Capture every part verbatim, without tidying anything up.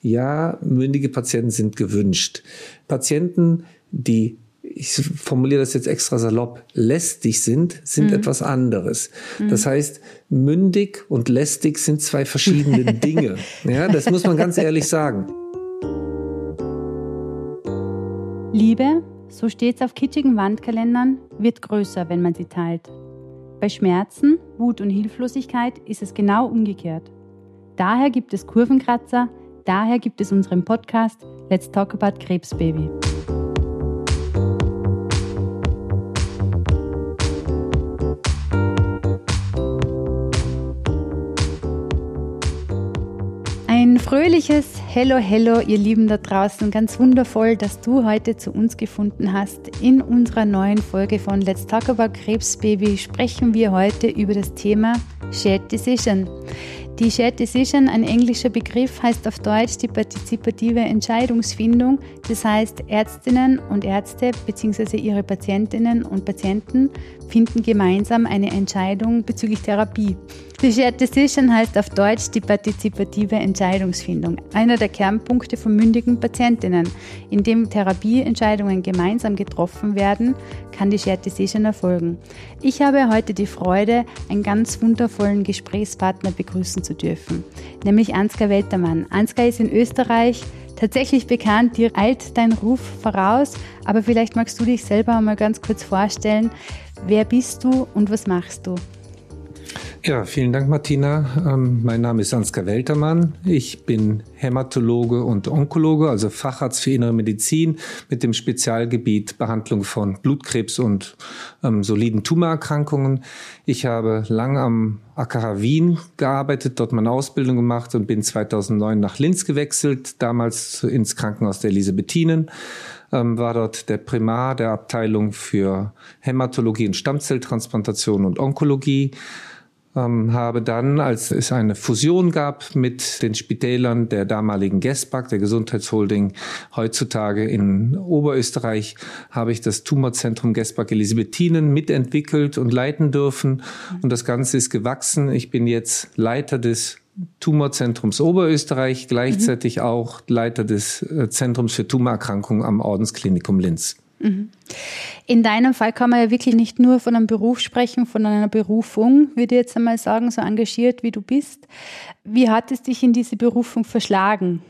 Ja, mündige Patienten sind gewünscht. Patienten, die, ich formuliere das jetzt extra salopp, lästig sind, sind mhm. etwas anderes. Mhm. Das heißt, mündig und lästig sind zwei verschiedene Dinge. Ja, das muss man ganz ehrlich sagen. Liebe, so steht's auf kitschigen Wandkalendern, wird größer, wenn man sie teilt. Bei Schmerzen, Wut und Hilflosigkeit ist es genau umgekehrt. Daher gibt es Kurvenkratzer, daher gibt es unseren Podcast Let's Talk About Krebsbaby. Ein fröhliches Hello, Hello, ihr Lieben da draußen. Ganz wundervoll, dass du heute zu uns gefunden hast. In unserer neuen Folge von Let's Talk About Krebsbaby sprechen wir heute über das Thema Shared Decision. Die Shared Decision, ein englischer Begriff, heißt auf Deutsch die partizipative Entscheidungsfindung. Das heißt, Ärztinnen und Ärzte bzw. ihre Patientinnen und Patienten finden gemeinsam eine Entscheidung bezüglich Therapie. Die Shared Decision heißt auf Deutsch die partizipative Entscheidungsfindung. Einer der Kernpunkte von mündigen Patientinnen. Indem Therapieentscheidungen gemeinsam getroffen werden, kann die Shared Decision erfolgen. Ich habe heute die Freude, einen ganz wundervollen Gesprächspartner begrüßen zu dürfen, nämlich Ansgar Weltermann. Ansgar ist in Österreich tatsächlich bekannt, dir eilt dein Ruf voraus, aber vielleicht magst du dich selber mal ganz kurz vorstellen. Wer bist du und was machst du? Ja, vielen Dank, Martina. Ähm, mein Name ist Ansgar Weltermann. Ich bin Hämatologe und Onkologe, also Facharzt für Innere Medizin mit dem Spezialgebiet Behandlung von Blutkrebs und ähm, soliden Tumorerkrankungen. Ich habe lang am A K H Wien gearbeitet, dort meine Ausbildung gemacht und bin zweitausendneun nach Linz gewechselt, damals ins Krankenhaus der Elisabethinen. Ähm, war dort der Primar der Abteilung für Hämatologie und Stammzelltransplantation und Onkologie. Ähm, habe dann, als es eine Fusion gab mit den Spitälern der damaligen Gesbag, der Gesundheitsholding, heutzutage in Oberösterreich, habe ich das Tumorzentrum Gesbag Elisabethinen mitentwickelt und leiten dürfen. Und das Ganze ist gewachsen. Ich bin jetzt Leiter des Tumorzentrums Oberösterreich, gleichzeitig mhm. auch Leiter des äh, Zentrums für Tumorerkrankungen am Ordensklinikum Linz. In deinem Fall kann man ja wirklich nicht nur von einem Beruf sprechen, von einer Berufung, würde ich jetzt einmal sagen, so engagiert wie du bist. Wie hat es dich in diese Berufung verschlagen?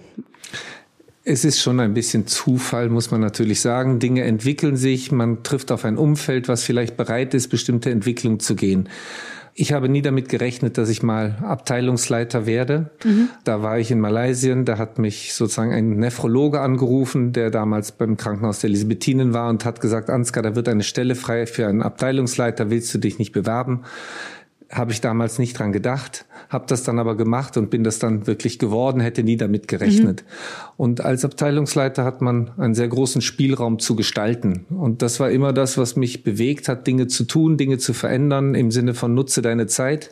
Es ist schon ein bisschen Zufall, muss man natürlich sagen. Dinge entwickeln sich, man trifft auf ein Umfeld, was vielleicht bereit ist, bestimmte Entwicklungen zu gehen. Ich habe nie damit gerechnet, dass ich mal Abteilungsleiter werde. Mhm. Da war ich in Malaysia, da hat mich sozusagen ein Nephrologe angerufen, der damals beim Krankenhaus der Elisabethinen war und hat gesagt, Ansgar, da wird eine Stelle frei für einen Abteilungsleiter, willst du dich nicht bewerben? Habe ich damals nicht dran gedacht, habe das dann aber gemacht und bin das dann wirklich geworden, hätte nie damit gerechnet. Mhm. Und als Abteilungsleiter hat man einen sehr großen Spielraum zu gestalten. Und das war immer das, was mich bewegt hat, Dinge zu tun, Dinge zu verändern, im Sinne von nutze deine Zeit.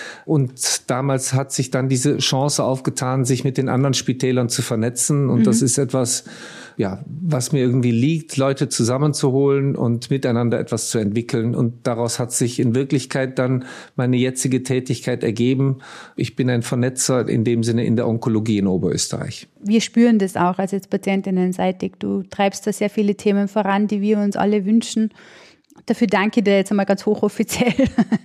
Und damals hat sich dann diese Chance aufgetan, sich mit den anderen Spitälern zu vernetzen. Und mhm. das ist etwas, ja, was mir irgendwie liegt, Leute zusammenzuholen und miteinander etwas zu entwickeln. Und daraus hat sich in Wirklichkeit dann meine jetzige Tätigkeit ergeben. Ich bin ein Vernetzer in dem Sinne in der Onkologie in Oberösterreich. Wir spüren das auch als jetzt patientinnenseitig. Du treibst da sehr viele Themen voran, die wir uns alle wünschen. Dafür danke ich dir jetzt einmal ganz hochoffiziell.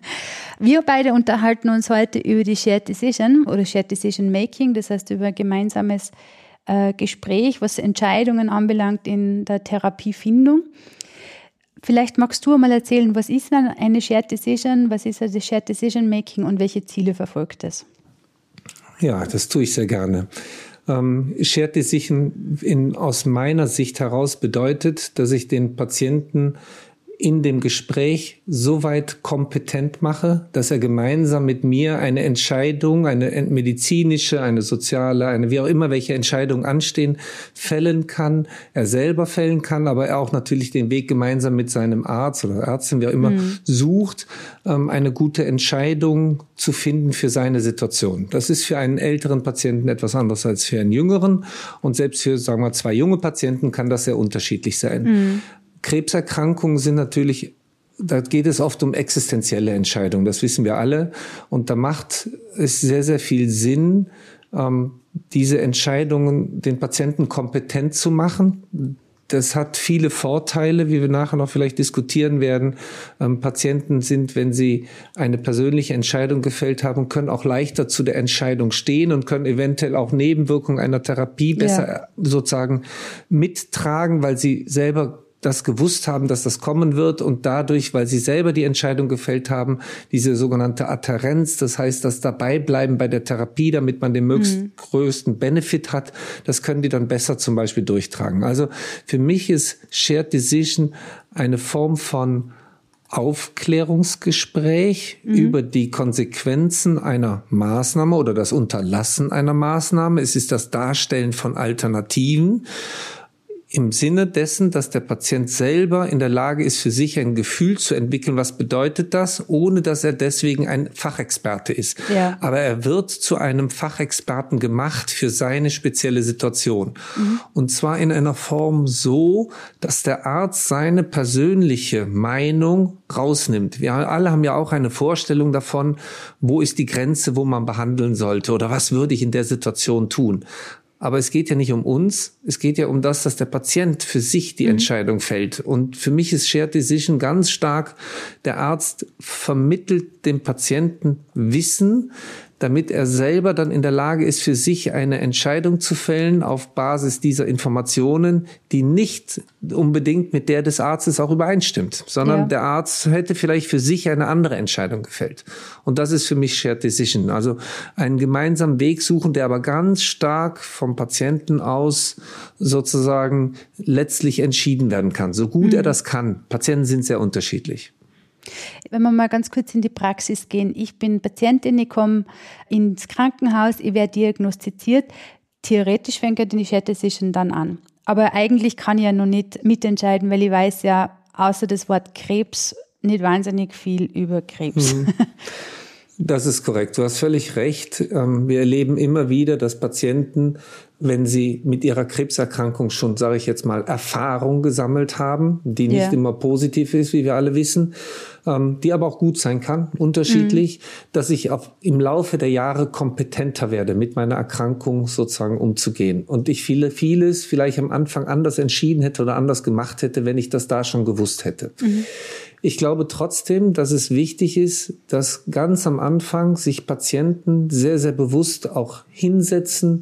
Wir beide unterhalten uns heute über die Shared Decision oder Shared Decision Making, das heißt über gemeinsames äh, Gespräch, was Entscheidungen anbelangt in der Therapiefindung. Vielleicht magst du einmal erzählen, was ist eine Shared Decision, was ist also Shared Decision Making und welche Ziele verfolgt es? Ja, das tue ich sehr gerne. Ähm, Shared Decision in, aus meiner Sicht heraus bedeutet, dass ich den Patienten in dem Gespräch so weit kompetent mache, dass er gemeinsam mit mir eine Entscheidung, eine medizinische, eine soziale, eine wie auch immer, welche Entscheidungen anstehen, fällen kann, er selber fällen kann, aber er auch natürlich den Weg gemeinsam mit seinem Arzt oder Ärztin, wie auch immer, mhm. sucht, eine gute Entscheidung zu finden für seine Situation. Das ist für einen älteren Patienten etwas anderes als für einen jüngeren und selbst für, sagen wir, zwei junge Patienten kann das sehr unterschiedlich sein. Mhm. Krebserkrankungen sind natürlich, da geht es oft um existenzielle Entscheidungen, das wissen wir alle. Und da macht es sehr, sehr viel Sinn, ähm, diese Entscheidungen den Patienten kompetent zu machen. Das hat viele Vorteile, wie wir nachher noch vielleicht diskutieren werden. Ähm, Patienten sind, wenn sie eine persönliche Entscheidung gefällt haben, können auch leichter zu der Entscheidung stehen und können eventuell auch Nebenwirkungen einer Therapie besser ja. sozusagen mittragen, weil sie selber das gewusst haben, dass das kommen wird und dadurch, weil sie selber die Entscheidung gefällt haben, diese sogenannte Adhärenz, das heißt, das Dabeibleiben bei der Therapie, damit man den möglichst mhm. größten Benefit hat, das können die dann besser zum Beispiel durchtragen. Also für mich ist Shared Decision eine Form von Aufklärungsgespräch mhm. über die Konsequenzen einer Maßnahme oder das Unterlassen einer Maßnahme. Es ist das Darstellen von Alternativen, im Sinne dessen, dass der Patient selber in der Lage ist, für sich ein Gefühl zu entwickeln, was bedeutet das, ohne dass er deswegen ein Fachexperte ist. Ja. Aber er wird zu einem Fachexperten gemacht für seine spezielle Situation. Mhm. Und zwar in einer Form so, dass der Arzt seine persönliche Meinung rausnimmt. Wir alle haben ja auch eine Vorstellung davon, wo ist die Grenze, wo man behandeln sollte oder was würde ich in der Situation tun. Aber es geht ja nicht um uns, es geht ja um das, dass der Patient für sich die mhm. Entscheidung fällt. Und für mich ist Shared Decision ganz stark, der Arzt vermittelt dem Patienten Wissen, damit er selber dann in der Lage ist, für sich eine Entscheidung zu fällen auf Basis dieser Informationen, die nicht unbedingt mit der des Arztes auch übereinstimmt, sondern ja. der Arzt hätte vielleicht für sich eine andere Entscheidung gefällt. Und das ist für mich Shared Decision. Also einen gemeinsamen Weg suchen, der aber ganz stark vom Patienten aus sozusagen letztlich entschieden werden kann, so gut mhm. er das kann. Patienten sind sehr unterschiedlich. Wenn wir mal ganz kurz in die Praxis gehen. Ich bin Patientin, ich komme ins Krankenhaus, ich werde diagnostiziert. Theoretisch fängt ja die Shared Decision dann an. Aber eigentlich kann ich ja noch nicht mitentscheiden, weil ich weiß ja außer das Wort Krebs nicht wahnsinnig viel über Krebs. Mhm. Das ist korrekt. Du hast völlig recht. Wir erleben immer wieder, dass Patienten, wenn sie mit ihrer Krebserkrankung schon, sage ich jetzt mal, Erfahrung gesammelt haben, die nicht ja. immer positiv ist, wie wir alle wissen, die aber auch gut sein kann, unterschiedlich, mhm. dass ich auf, im Laufe der Jahre kompetenter werde, mit meiner Erkrankung sozusagen umzugehen. Und ich viele, vieles vielleicht am Anfang anders entschieden hätte oder anders gemacht hätte, wenn ich das da schon gewusst hätte. Mhm. Ich glaube trotzdem, dass es wichtig ist, dass ganz am Anfang sich Patienten sehr, sehr bewusst auch hinsetzen,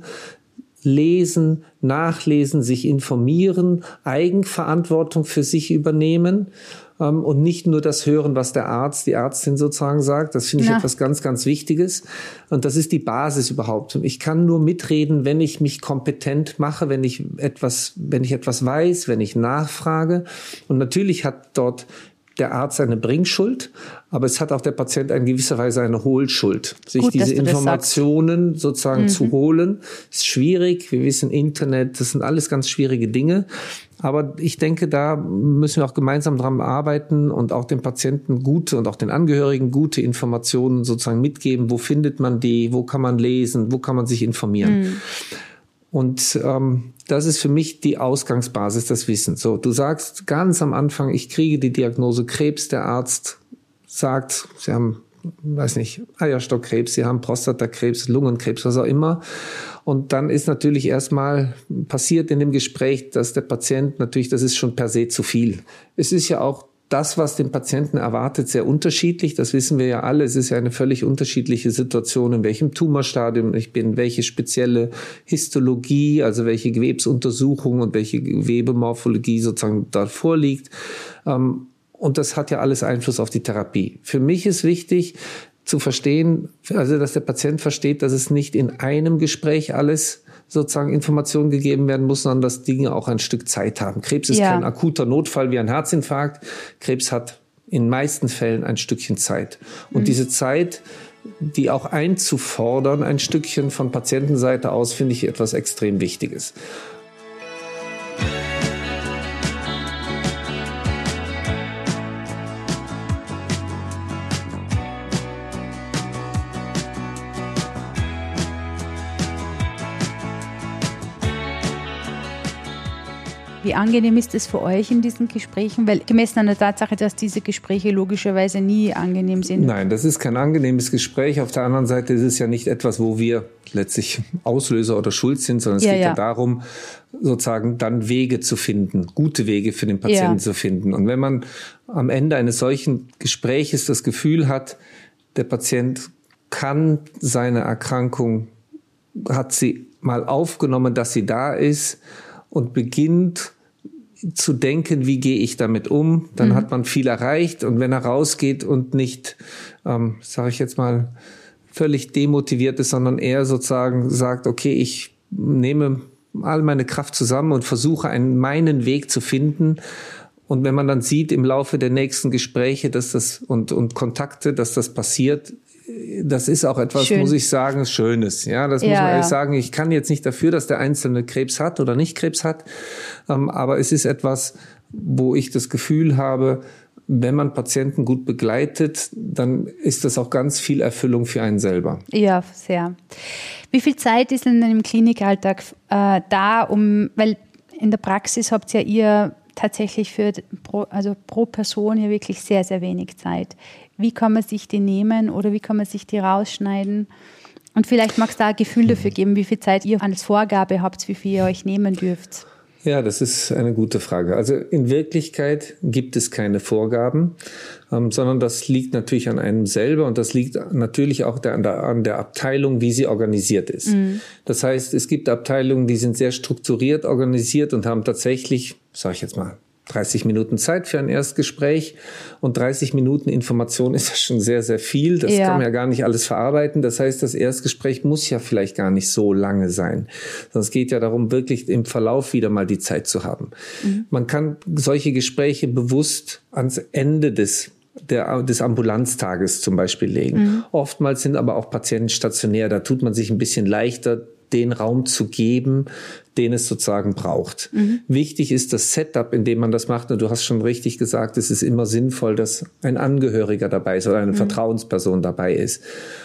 lesen, nachlesen, sich informieren, Eigenverantwortung für sich übernehmen ähm, und nicht nur das hören, was der Arzt, die Ärztin sozusagen sagt. Das finde ich ja. etwas ganz, ganz Wichtiges. Und das ist die Basis überhaupt. Ich kann nur mitreden, wenn ich mich kompetent mache, wenn ich etwas, wenn ich etwas weiß, wenn ich nachfrage. Und natürlich hat dort der Arzt eine Bringschuld, aber es hat auch der Patient in gewisser Weise eine Hohlschuld. Sich Gut, diese Informationen sozusagen mhm. zu holen, ist schwierig. Wir wissen, Internet, das sind alles ganz schwierige Dinge. Aber ich denke, da müssen wir auch gemeinsam dran arbeiten und auch den Patienten gute und auch den Angehörigen gute Informationen sozusagen mitgeben. Wo findet man die? Wo kann man lesen? Wo kann man sich informieren? Mhm. Und ähm, das ist für mich die Ausgangsbasis, das Wissen. So, du sagst ganz am Anfang, ich kriege die Diagnose Krebs. Der Arzt sagt, Sie haben, weiß nicht, Eierstockkrebs, Sie haben Prostatakrebs, Lungenkrebs, was auch immer. Und dann ist natürlich erstmal passiert in dem Gespräch, dass der Patient natürlich, das ist schon per se zu viel. Es ist ja auch das, was den Patienten erwartet, sehr unterschiedlich. Das wissen wir ja alle. Es ist ja eine völlig unterschiedliche Situation, in welchem Tumorstadium ich bin, welche spezielle Histologie, also welche Gewebsuntersuchung und welche Gewebemorphologie sozusagen da vorliegt. Und das hat ja alles Einfluss auf die Therapie. Für mich ist wichtig zu verstehen, also dass der Patient versteht, dass es nicht in einem Gespräch alles sozusagen Informationen gegeben werden muss, sondern dass Dinge auch ein Stück Zeit haben. Krebs ist ja. kein akuter Notfall wie ein Herzinfarkt. Krebs hat in meisten Fällen ein Stückchen Zeit. Und mhm. diese Zeit, die auch einzufordern, ein Stückchen von Patientenseite aus, finde ich etwas extrem Wichtiges. Wie angenehm ist es für euch in diesen Gesprächen? Weil gemessen an der Tatsache, dass diese Gespräche logischerweise nie angenehm sind. Nein, das ist kein angenehmes Gespräch. Auf der anderen Seite ist es ja nicht etwas, wo wir letztlich Auslöser oder schuld sind, sondern es ja, geht ja. ja darum, sozusagen dann Wege zu finden, gute Wege für den Patienten ja. zu finden. Und wenn man am Ende eines solchen Gespräches das Gefühl hat, der Patient kann seine Erkrankung, hat sie mal aufgenommen, dass sie da ist und beginnt zu denken, wie gehe ich damit um, dann mhm. hat man viel erreicht. Und wenn er rausgeht und nicht, ähm, sage ich jetzt mal, völlig demotiviert ist, sondern eher sozusagen sagt, okay, ich nehme all meine Kraft zusammen und versuche einen meinen Weg zu finden. Und wenn man dann sieht im Laufe der nächsten Gespräche, dass das und und Kontakte, dass das passiert, das ist auch etwas, Schön. muss ich sagen, Schönes. Ja, das ja, muss man ehrlich ja. sagen. Ich kann jetzt nicht dafür, dass der Einzelne Krebs hat oder nicht Krebs hat, ähm, aber es ist etwas, wo ich das Gefühl habe, wenn man Patienten gut begleitet, dann ist das auch ganz viel Erfüllung für einen selber. Ja, sehr. Wie viel Zeit ist denn im Klinikalltag äh, da, um, weil in der Praxis habt ihr ihr tatsächlich für pro, also pro Person hier wirklich sehr, sehr wenig Zeit. Wie kann man sich die nehmen oder wie kann man sich die rausschneiden? Und vielleicht magst du da ein Gefühl dafür geben, wie viel Zeit ihr als Vorgabe habt, wie viel ihr euch nehmen dürft. Ja, das ist eine gute Frage. Also in Wirklichkeit gibt es keine Vorgaben, ähm, sondern das liegt natürlich an einem selber und das liegt natürlich auch der, an, der, an der Abteilung, wie sie organisiert ist. Mhm. Das heißt, es gibt Abteilungen, die sind sehr strukturiert organisiert und haben tatsächlich, sage ich jetzt mal, dreißig Minuten Zeit für ein Erstgespräch und dreißig Minuten Information ist ja schon sehr, sehr viel. Das ja. kann man ja gar nicht alles verarbeiten. Das heißt, das Erstgespräch muss ja vielleicht gar nicht so lange sein. Sondern es geht ja darum, wirklich im Verlauf wieder mal die Zeit zu haben. Mhm. Man kann solche Gespräche bewusst ans Ende des Der, des Ambulanztages zum Beispiel legen. Mhm. Oftmals sind aber auch Patienten stationär. Da tut man sich ein bisschen leichter, den Raum zu geben, den es sozusagen braucht. Mhm. Wichtig ist das Setup, in dem man das macht. Und du hast schon richtig gesagt, es ist immer sinnvoll, dass ein Angehöriger dabei ist oder eine mhm. Vertrauensperson dabei ist.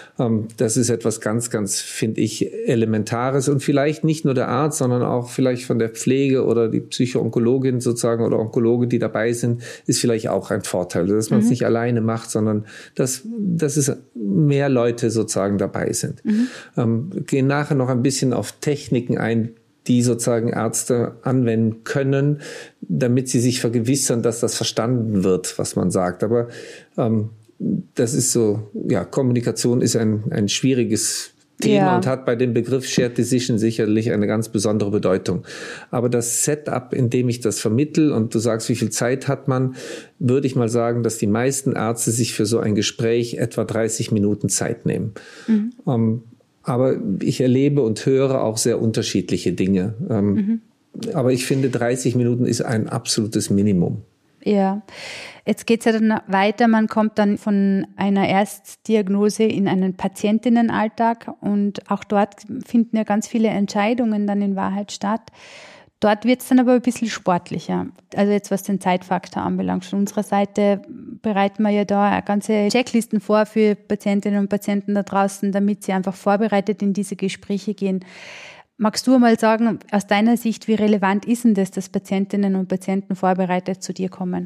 Das ist etwas ganz, ganz, finde ich, Elementares und vielleicht nicht nur der Arzt, sondern auch vielleicht von der Pflege oder die Psycho-Onkologin sozusagen oder Onkologe, die dabei sind, ist vielleicht auch ein Vorteil, dass man es mhm. nicht alleine macht, sondern dass, dass es mehr Leute sozusagen dabei sind. Mhm. Ähm, gehen nachher noch ein bisschen auf Techniken ein, die sozusagen Ärzte anwenden können, damit sie sich vergewissern, dass das verstanden wird, was man sagt. Aber ähm, das ist so, ja, Kommunikation ist ein, ein schwieriges Thema ja. und hat bei dem Begriff Shared Decision sicherlich eine ganz besondere Bedeutung. Aber das Setup, in dem ich das vermittle und du sagst, wie viel Zeit hat man, würde ich mal sagen, dass die meisten Ärzte sich für so ein Gespräch etwa dreißig Minuten Zeit nehmen. Mhm. Um, aber ich erlebe und höre auch sehr unterschiedliche Dinge. Um, mhm. Aber ich finde, dreißig Minuten ist ein absolutes Minimum. Ja, jetzt geht es ja dann weiter. Man kommt dann von einer Erstdiagnose in einen Patientinnenalltag und auch dort finden ja ganz viele Entscheidungen dann in Wahrheit statt. Dort wird es dann aber ein bisschen sportlicher. Also jetzt, was den Zeitfaktor anbelangt. Von unserer Seite bereiten wir ja da ganze Checklisten vor für Patientinnen und Patienten da draußen, damit sie einfach vorbereitet in diese Gespräche gehen. Magst du mal sagen, aus deiner Sicht, wie relevant ist denn das, dass Patientinnen und Patienten vorbereitet zu dir kommen?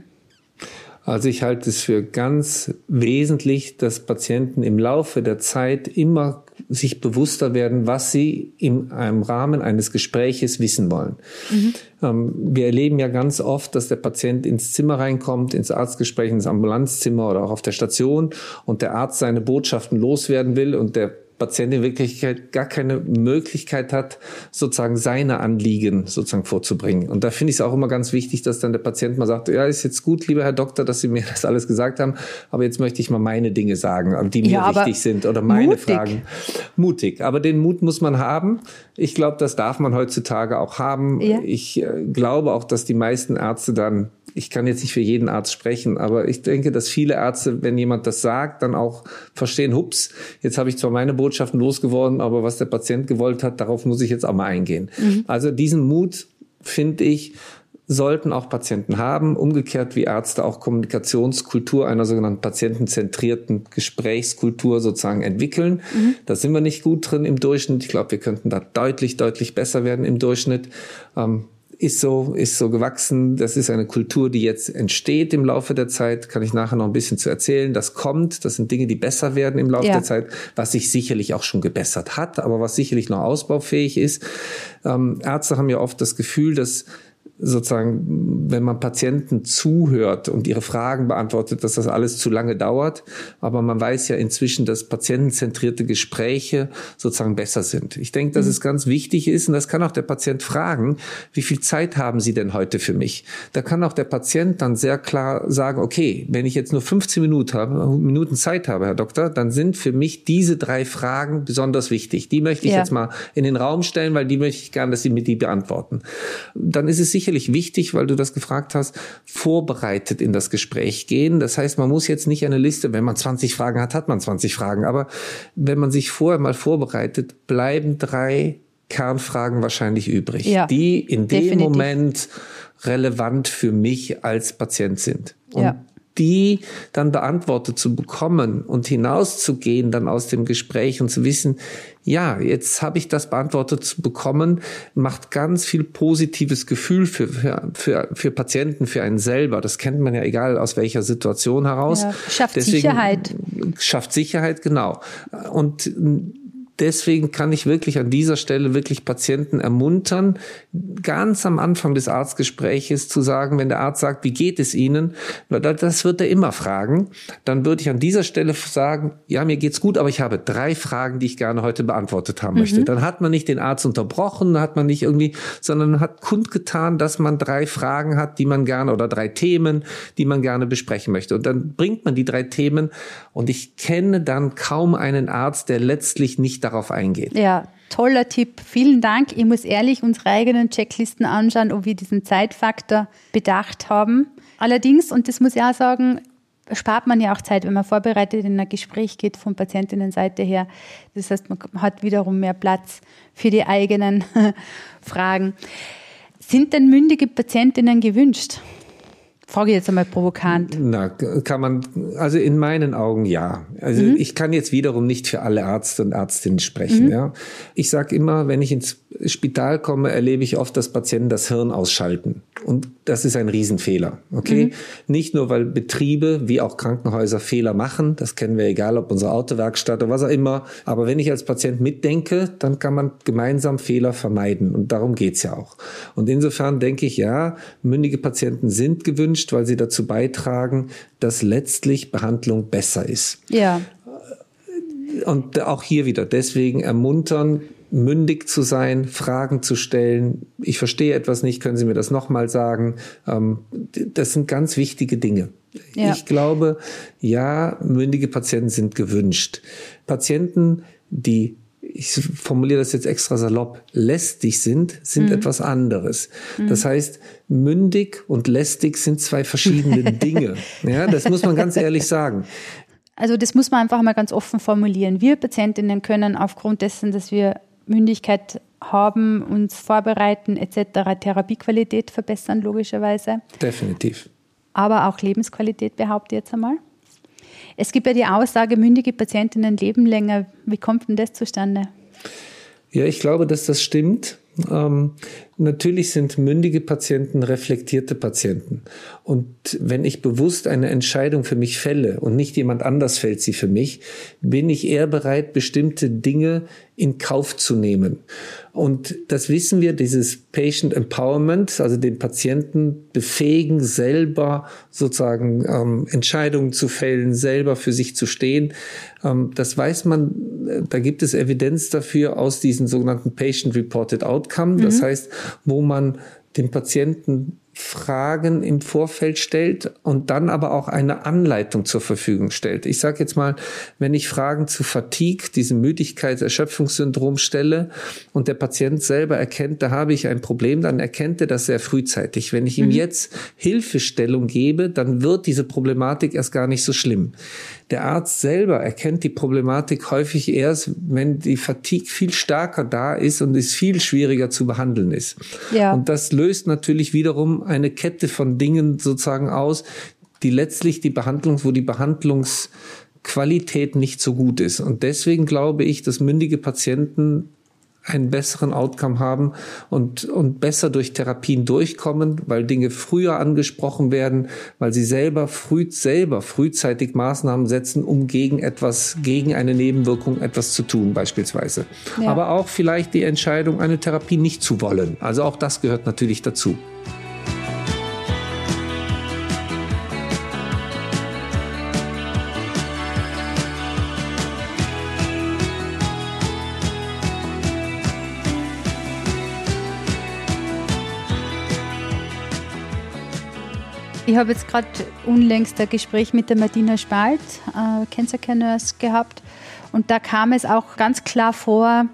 Also ich halte es für ganz wesentlich, dass Patienten im Laufe der Zeit immer sich bewusster werden, was sie im, im Rahmen eines Gespräches wissen wollen. Mhm. Ähm, wir erleben ja ganz oft, dass der Patient ins Zimmer reinkommt, ins Arztgespräch, ins Ambulanzzimmer oder auch auf der Station und der Arzt seine Botschaften loswerden will und der Patient in Wirklichkeit gar keine Möglichkeit hat, sozusagen seine Anliegen sozusagen vorzubringen. Und da finde ich es auch immer ganz wichtig, dass dann der Patient mal sagt, ja, ist jetzt gut, lieber Herr Doktor, dass Sie mir das alles gesagt haben, aber jetzt möchte ich mal meine Dinge sagen, die mir ja, wichtig sind oder meine mutig. Fragen. Mutig. Aber den Mut muss man haben. Ich glaube, das darf man heutzutage auch haben. Ja. Ich äh, glaube auch, dass die meisten Ärzte dann, ich kann jetzt nicht für jeden Arzt sprechen, aber ich denke, dass viele Ärzte, wenn jemand das sagt, dann auch verstehen, hups, jetzt habe ich zwar meine Botschaften losgeworden, aber was der Patient gewollt hat, darauf muss ich jetzt auch mal eingehen. Mhm. Also diesen Mut, finde ich, sollten auch Patienten haben. Umgekehrt wie Ärzte auch Kommunikationskultur einer sogenannten patientenzentrierten Gesprächskultur sozusagen entwickeln. Mhm. Da sind wir nicht gut drin im Durchschnitt. Ich glaube, wir könnten da deutlich, deutlich besser werden im Durchschnitt. Ähm, ist so, ist so gewachsen. Das ist eine Kultur, die jetzt entsteht im Laufe der Zeit. Kann ich nachher noch ein bisschen zu erzählen. Das kommt. Das sind Dinge, die besser werden im Laufe ja. der Zeit, was sich sicherlich auch schon gebessert hat, aber was sicherlich noch ausbaufähig ist. Ähm, Ärzte haben ja oft das Gefühl, dass sozusagen, wenn man Patienten zuhört und ihre Fragen beantwortet, dass das alles zu lange dauert. Aber man weiß ja inzwischen, dass patientenzentrierte Gespräche sozusagen besser sind. Ich denke, dass mhm. es ganz wichtig ist, und das kann auch der Patient fragen, wie viel Zeit haben Sie denn heute für mich? Da kann auch der Patient dann sehr klar sagen, okay, wenn ich jetzt nur fünfzehn Minuten habe, Minuten Zeit habe, Herr Doktor, dann sind für mich diese drei Fragen besonders wichtig. Die möchte ich ja. jetzt mal in den Raum stellen, weil die möchte ich gerne, dass Sie mir die beantworten. Dann ist es sicher sicherlich wichtig, weil du das gefragt hast, vorbereitet in das Gespräch gehen. Das heißt, man muss jetzt nicht eine Liste, wenn man zwanzig Fragen hat, hat man zwanzig Fragen. Aber wenn man sich vorher mal vorbereitet, bleiben drei Kernfragen wahrscheinlich übrig, ja, die in dem definitiv. Moment relevant für mich als Patient sind. Und ja. die dann beantwortet zu bekommen und hinauszugehen dann aus dem Gespräch und zu wissen, ja, jetzt habe ich das beantwortet zu bekommen, macht ganz viel positives Gefühl für, für, für, für Patienten, für einen selber. Das kennt man ja egal aus welcher Situation heraus. Ja, schafft Deswegen, Sicherheit. Schafft Sicherheit, genau. Und deswegen kann ich wirklich an dieser Stelle wirklich Patienten ermuntern, ganz am Anfang des Arztgespräches zu sagen, wenn der Arzt sagt, wie geht es Ihnen? Das wird er immer fragen. Dann würde ich an dieser Stelle sagen, ja, mir geht's gut, aber ich habe drei Fragen, die ich gerne heute beantwortet haben mhm. möchte. Dann hat man nicht den Arzt unterbrochen, hat man nicht irgendwie, sondern hat kundgetan, dass man drei Fragen hat, die man gerne, oder drei Themen, die man gerne besprechen möchte. Und dann bringt man die drei Themen, und ich kenne dann kaum einen Arzt, der letztlich nicht darauf eingeht. Ja, toller Tipp. Vielen Dank. Ich muss ehrlich unsere eigenen Checklisten anschauen, ob wir diesen Zeitfaktor bedacht haben. Allerdings, und das muss ich auch sagen, spart man ja auch Zeit, wenn man vorbereitet in ein Gespräch geht von Patientinnenseite her. Das heißt, man hat wiederum mehr Platz für die eigenen Fragen. Sind denn mündige Patientinnen gewünscht? Frage jetzt einmal provokant. Na, kann man, also in meinen Augen ja. Also mhm. ich kann jetzt wiederum nicht für alle Ärzte und Ärztinnen sprechen. Mhm. Ja. Ich sage immer, wenn ich ins Spital komme, erlebe ich oft, dass Patienten das Hirn ausschalten. Und das ist ein Riesenfehler. Okay? Mhm. Nicht nur, weil Betriebe wie auch Krankenhäuser Fehler machen. Das kennen wir, egal ob unsere Autowerkstatt oder was auch immer. Aber wenn ich als Patient mitdenke, dann kann man gemeinsam Fehler vermeiden. Und darum geht's ja auch. Und insofern denke ich, ja, mündige Patienten sind gewünscht, weil sie dazu beitragen, dass letztlich Behandlung besser ist. Ja. Und auch hier wieder deswegen ermuntern, mündig zu sein, Fragen zu stellen. Ich verstehe etwas nicht, können Sie mir das nochmal sagen? Das sind ganz wichtige Dinge. Ja. Ich glaube, ja, mündige Patienten sind gewünscht. Patienten, die, ich formuliere das jetzt extra salopp, lästig sind, sind mhm. etwas anderes. Mhm. Das heißt, mündig und lästig sind zwei verschiedene Dinge. Ja, das muss man ganz ehrlich sagen. Also das muss man einfach mal ganz offen formulieren. Wir Patientinnen können aufgrund dessen, dass wir Mündigkeit haben, uns vorbereiten et cetera, Therapiequalität verbessern, logischerweise. Definitiv. Aber auch Lebensqualität, behaupte ich jetzt einmal. Es gibt ja die Aussage, mündige Patientinnen leben länger. Wie kommt denn das zustande? Ja, ich glaube, dass das stimmt. Ähm, natürlich sind mündige Patienten reflektierte Patienten. Und wenn ich bewusst eine Entscheidung für mich fälle und nicht jemand anders fällt sie für mich, bin ich eher bereit, bestimmte Dinge in Kauf zu nehmen. Und das wissen wir, dieses Patient Empowerment, also den Patienten befähigen, selber sozusagen ähm, Entscheidungen zu fällen, selber für sich zu stehen. Ähm, das weiß man, da gibt es Evidenz dafür aus diesen sogenannten Patient-Reported Outcome. Das mhm. heißt, wo man den Patienten Fragen im Vorfeld stellt und dann aber auch eine Anleitung zur Verfügung stellt. Ich sage jetzt mal, wenn ich Fragen zu Fatigue, diesem Müdigkeits-Erschöpfungssyndrom stelle und der Patient selber erkennt, da habe ich ein Problem, dann erkennt er das sehr frühzeitig. Wenn ich ihm mhm. jetzt Hilfestellung gebe, dann wird diese Problematik erst gar nicht so schlimm. Der Arzt selber erkennt die Problematik häufig erst, wenn die Fatigue viel stärker da ist und es viel schwieriger zu behandeln ist. Ja. Und das löst natürlich wiederum eine Kette von Dingen sozusagen aus, die letztlich die Behandlung, wo die Behandlungsqualität nicht so gut ist. Und deswegen glaube ich, dass mündige Patienten einen besseren Outcome haben und, und besser durch Therapien durchkommen, weil Dinge früher angesprochen werden, weil sie selber früh, selber frühzeitig Maßnahmen setzen, um gegen etwas, gegen eine Nebenwirkung etwas zu tun, beispielsweise. Ja. Aber auch vielleicht die Entscheidung, eine Therapie nicht zu wollen. Also auch das gehört natürlich dazu. Ich habe jetzt gerade unlängst ein Gespräch mit der Martina Spalt, äh, Cancer Care Nurse, gehabt. Und da kam es auch ganz klar vor,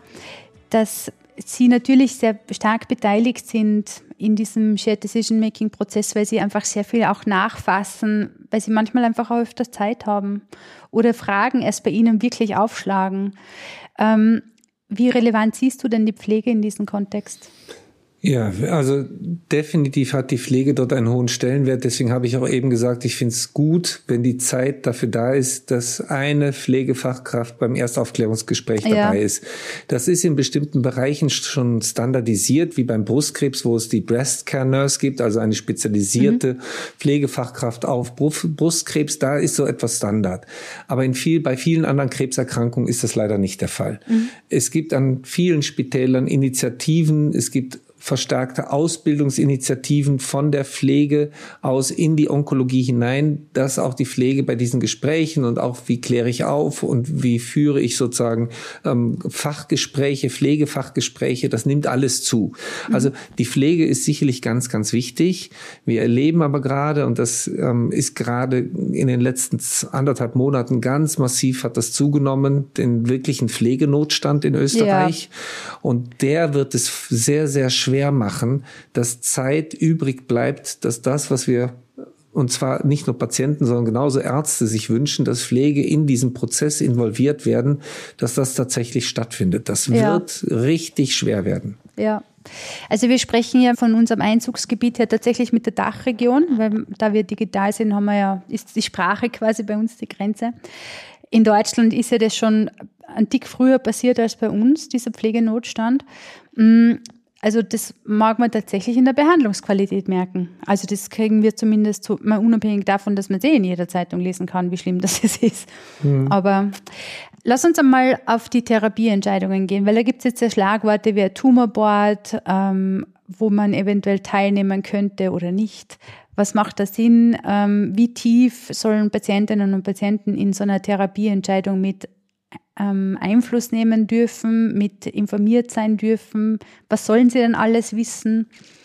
dass sie natürlich sehr stark beteiligt sind in diesem Shared Decision-Making-Prozess, weil sie einfach sehr viel auch nachfassen, weil sie manchmal einfach auch öfters Zeit haben oder Fragen erst bei ihnen wirklich aufschlagen. Ähm, wie relevant siehst du denn die Pflege in diesem Kontext? Ja, also definitiv hat die Pflege dort einen hohen Stellenwert. Deswegen habe ich auch eben gesagt, ich finde es gut, wenn die Zeit dafür da ist, dass eine Pflegefachkraft beim Erstaufklärungsgespräch dabei ja. ist. Das ist in bestimmten Bereichen schon standardisiert, wie beim Brustkrebs, wo es die Breast Care Nurse gibt, also eine spezialisierte mhm. Pflegefachkraft auf Brustkrebs. Da ist so etwas Standard. Aber in viel, bei vielen anderen Krebserkrankungen ist das leider nicht der Fall. Mhm. Es gibt an vielen Spitälern Initiativen, es gibt verstärkte Ausbildungsinitiativen von der Pflege aus in die Onkologie hinein, dass auch die Pflege bei diesen Gesprächen und auch wie kläre ich auf und wie führe ich sozusagen ähm, Fachgespräche, Pflegefachgespräche, das nimmt alles zu. Mhm. Also die Pflege ist sicherlich ganz, ganz wichtig. Wir erleben aber gerade, und das ähm, ist gerade in den letzten anderthalb Monaten ganz massiv, hat das zugenommen, den wirklichen Pflegenotstand in Österreich. Ja. Und der wird es sehr, sehr schwer schwer machen, dass Zeit übrig bleibt, dass das, was wir, und zwar nicht nur Patienten, sondern genauso Ärzte sich wünschen, dass Pflege in diesen Prozess involviert werden, dass das tatsächlich stattfindet. Das ja. wird richtig schwer werden. Ja. Also wir sprechen ja von unserem Einzugsgebiet her tatsächlich mit der Dachregion, weil da wir digital sind, haben wir ja, ist die Sprache quasi bei uns die Grenze. In Deutschland ist ja das schon ein Tick früher passiert als bei uns, dieser Pflegenotstand. Also das mag man tatsächlich in der Behandlungsqualität merken. Also das kriegen wir zumindest so, mal unabhängig davon, dass man es eh in jeder Zeitung lesen kann, wie schlimm das ist. Mhm. Aber lass uns einmal auf die Therapieentscheidungen gehen, weil da gibt es jetzt ja Schlagworte wie ein Tumorboard, ähm, wo man eventuell teilnehmen könnte oder nicht. Was macht da Sinn? Ähm, wie tief sollen Patientinnen und Patienten in so einer Therapieentscheidung mit Einfluss nehmen dürfen, mit informiert sein dürfen? Was sollen sie denn alles wissen?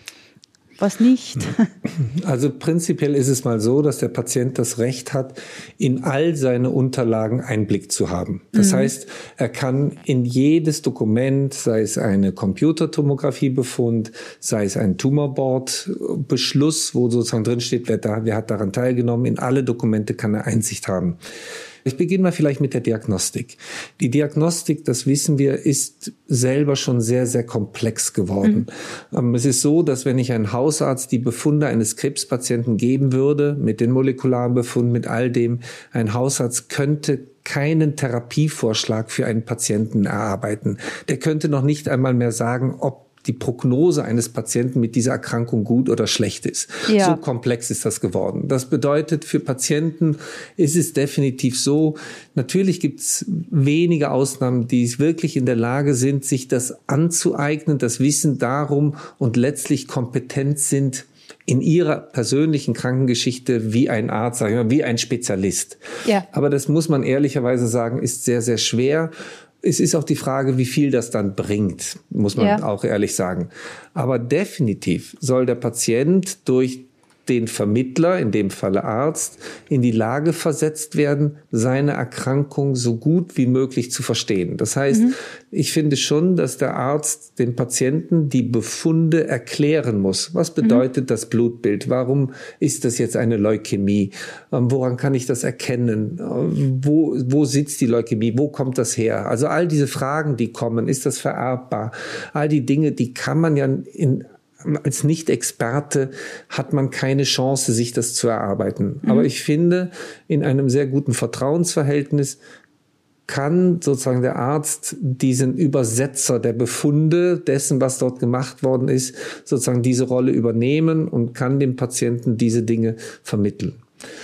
Was nicht? Also prinzipiell ist es mal so, dass der Patient das Recht hat, in all seine Unterlagen Einblick zu haben. Das mhm. heißt, er kann in jedes Dokument, sei es eine Computertomografiebefund, sei es ein Tumorboard-Beschluss, wo sozusagen drinsteht, wer, da, wer hat daran teilgenommen, in alle Dokumente kann er Einsicht haben. Ich beginne mal vielleicht mit der Diagnostik. Die Diagnostik, das wissen wir, ist selber schon sehr, sehr komplex geworden. Mhm. Es ist so, dass wenn ich einen Hausarzt die Befunde eines Krebspatienten geben würde, mit den molekularen Befunden, mit all dem, ein Hausarzt könnte keinen Therapievorschlag für einen Patienten erarbeiten. Der könnte noch nicht einmal mehr sagen, ob die Prognose eines Patienten mit dieser Erkrankung gut oder schlecht ist. Ja. So komplex ist das geworden. Das bedeutet, für Patienten ist es definitiv so, natürlich gibt es wenige Ausnahmen, die wirklich in der Lage sind, sich das anzueignen, das Wissen darum und letztlich kompetent sind in ihrer persönlichen Krankengeschichte wie ein Arzt, sag ich mal, wie ein Spezialist. Ja. Aber das muss man ehrlicherweise sagen, ist sehr, sehr schwer. Es ist auch die Frage, wie viel das dann bringt, muss man ja. auch ehrlich sagen. Aber definitiv soll der Patient durch den Vermittler, in dem Falle Arzt, in die Lage versetzt werden, seine Erkrankung so gut wie möglich zu verstehen. Das heißt, mhm. ich finde schon, dass der Arzt dem Patienten die Befunde erklären muss. Was bedeutet mhm. das Blutbild? Warum ist das jetzt eine Leukämie? Woran kann ich das erkennen? Wo, wo sitzt die Leukämie? Wo kommt das her? Also all diese Fragen, die kommen, ist das vererbbar? All die Dinge, die kann man ja in als Nicht-Experte hat man keine Chance, sich das zu erarbeiten. Mhm. Aber ich finde, in einem sehr guten Vertrauensverhältnis, kann sozusagen der Arzt diesen Übersetzer der Befunde, dessen, was dort gemacht worden ist, sozusagen diese Rolle übernehmen und kann dem Patienten diese Dinge vermitteln.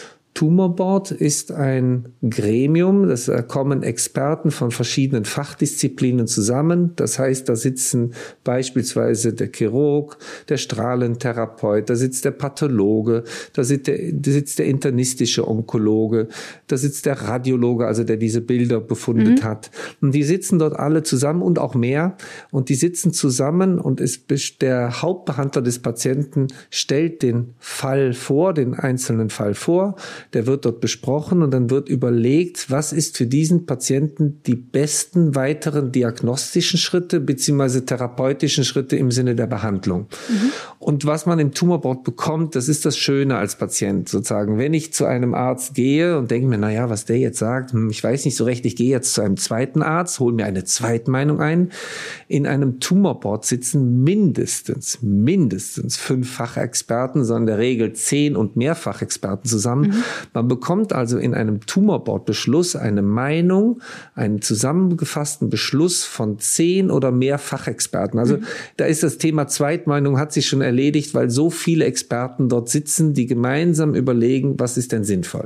Tumor Board ist ein Gremium, da kommen Experten von verschiedenen Fachdisziplinen zusammen. Das heißt, da sitzen beispielsweise der Chirurg, der Strahlentherapeut, da sitzt der Pathologe, da sitzt der, da sitzt der internistische Onkologe, da sitzt der Radiologe, also der diese Bilder befundet mhm. hat. Und die sitzen dort alle zusammen und auch mehr. Und die sitzen zusammen und es, der Hauptbehandler des Patienten stellt den Fall vor, den einzelnen Fall vor. Der wird dort besprochen und dann wird überlegt, was ist für diesen Patienten die besten weiteren diagnostischen Schritte beziehungsweise therapeutischen Schritte im Sinne der Behandlung. Mhm. Und was man im Tumor Board bekommt, das ist das Schöne als Patient sozusagen. Wenn ich zu einem Arzt gehe und denke mir, na ja, was der jetzt sagt, hm, ich weiß nicht so recht, ich gehe jetzt zu einem zweiten Arzt, hole mir eine Zweitmeinung ein. In einem Tumor Board sitzen mindestens, mindestens fünf Fachexperten, sondern in der Regel zehn und mehr Fachexperten zusammen. Mhm. Man bekommt also in einem Tumor Board Beschluss eine Meinung, einen zusammengefassten Beschluss von zehn oder mehr Fachexperten. Also mhm. da ist das Thema Zweitmeinung hat sich schon erledigt, weil so viele Experten dort sitzen, die gemeinsam überlegen, was ist denn sinnvoll.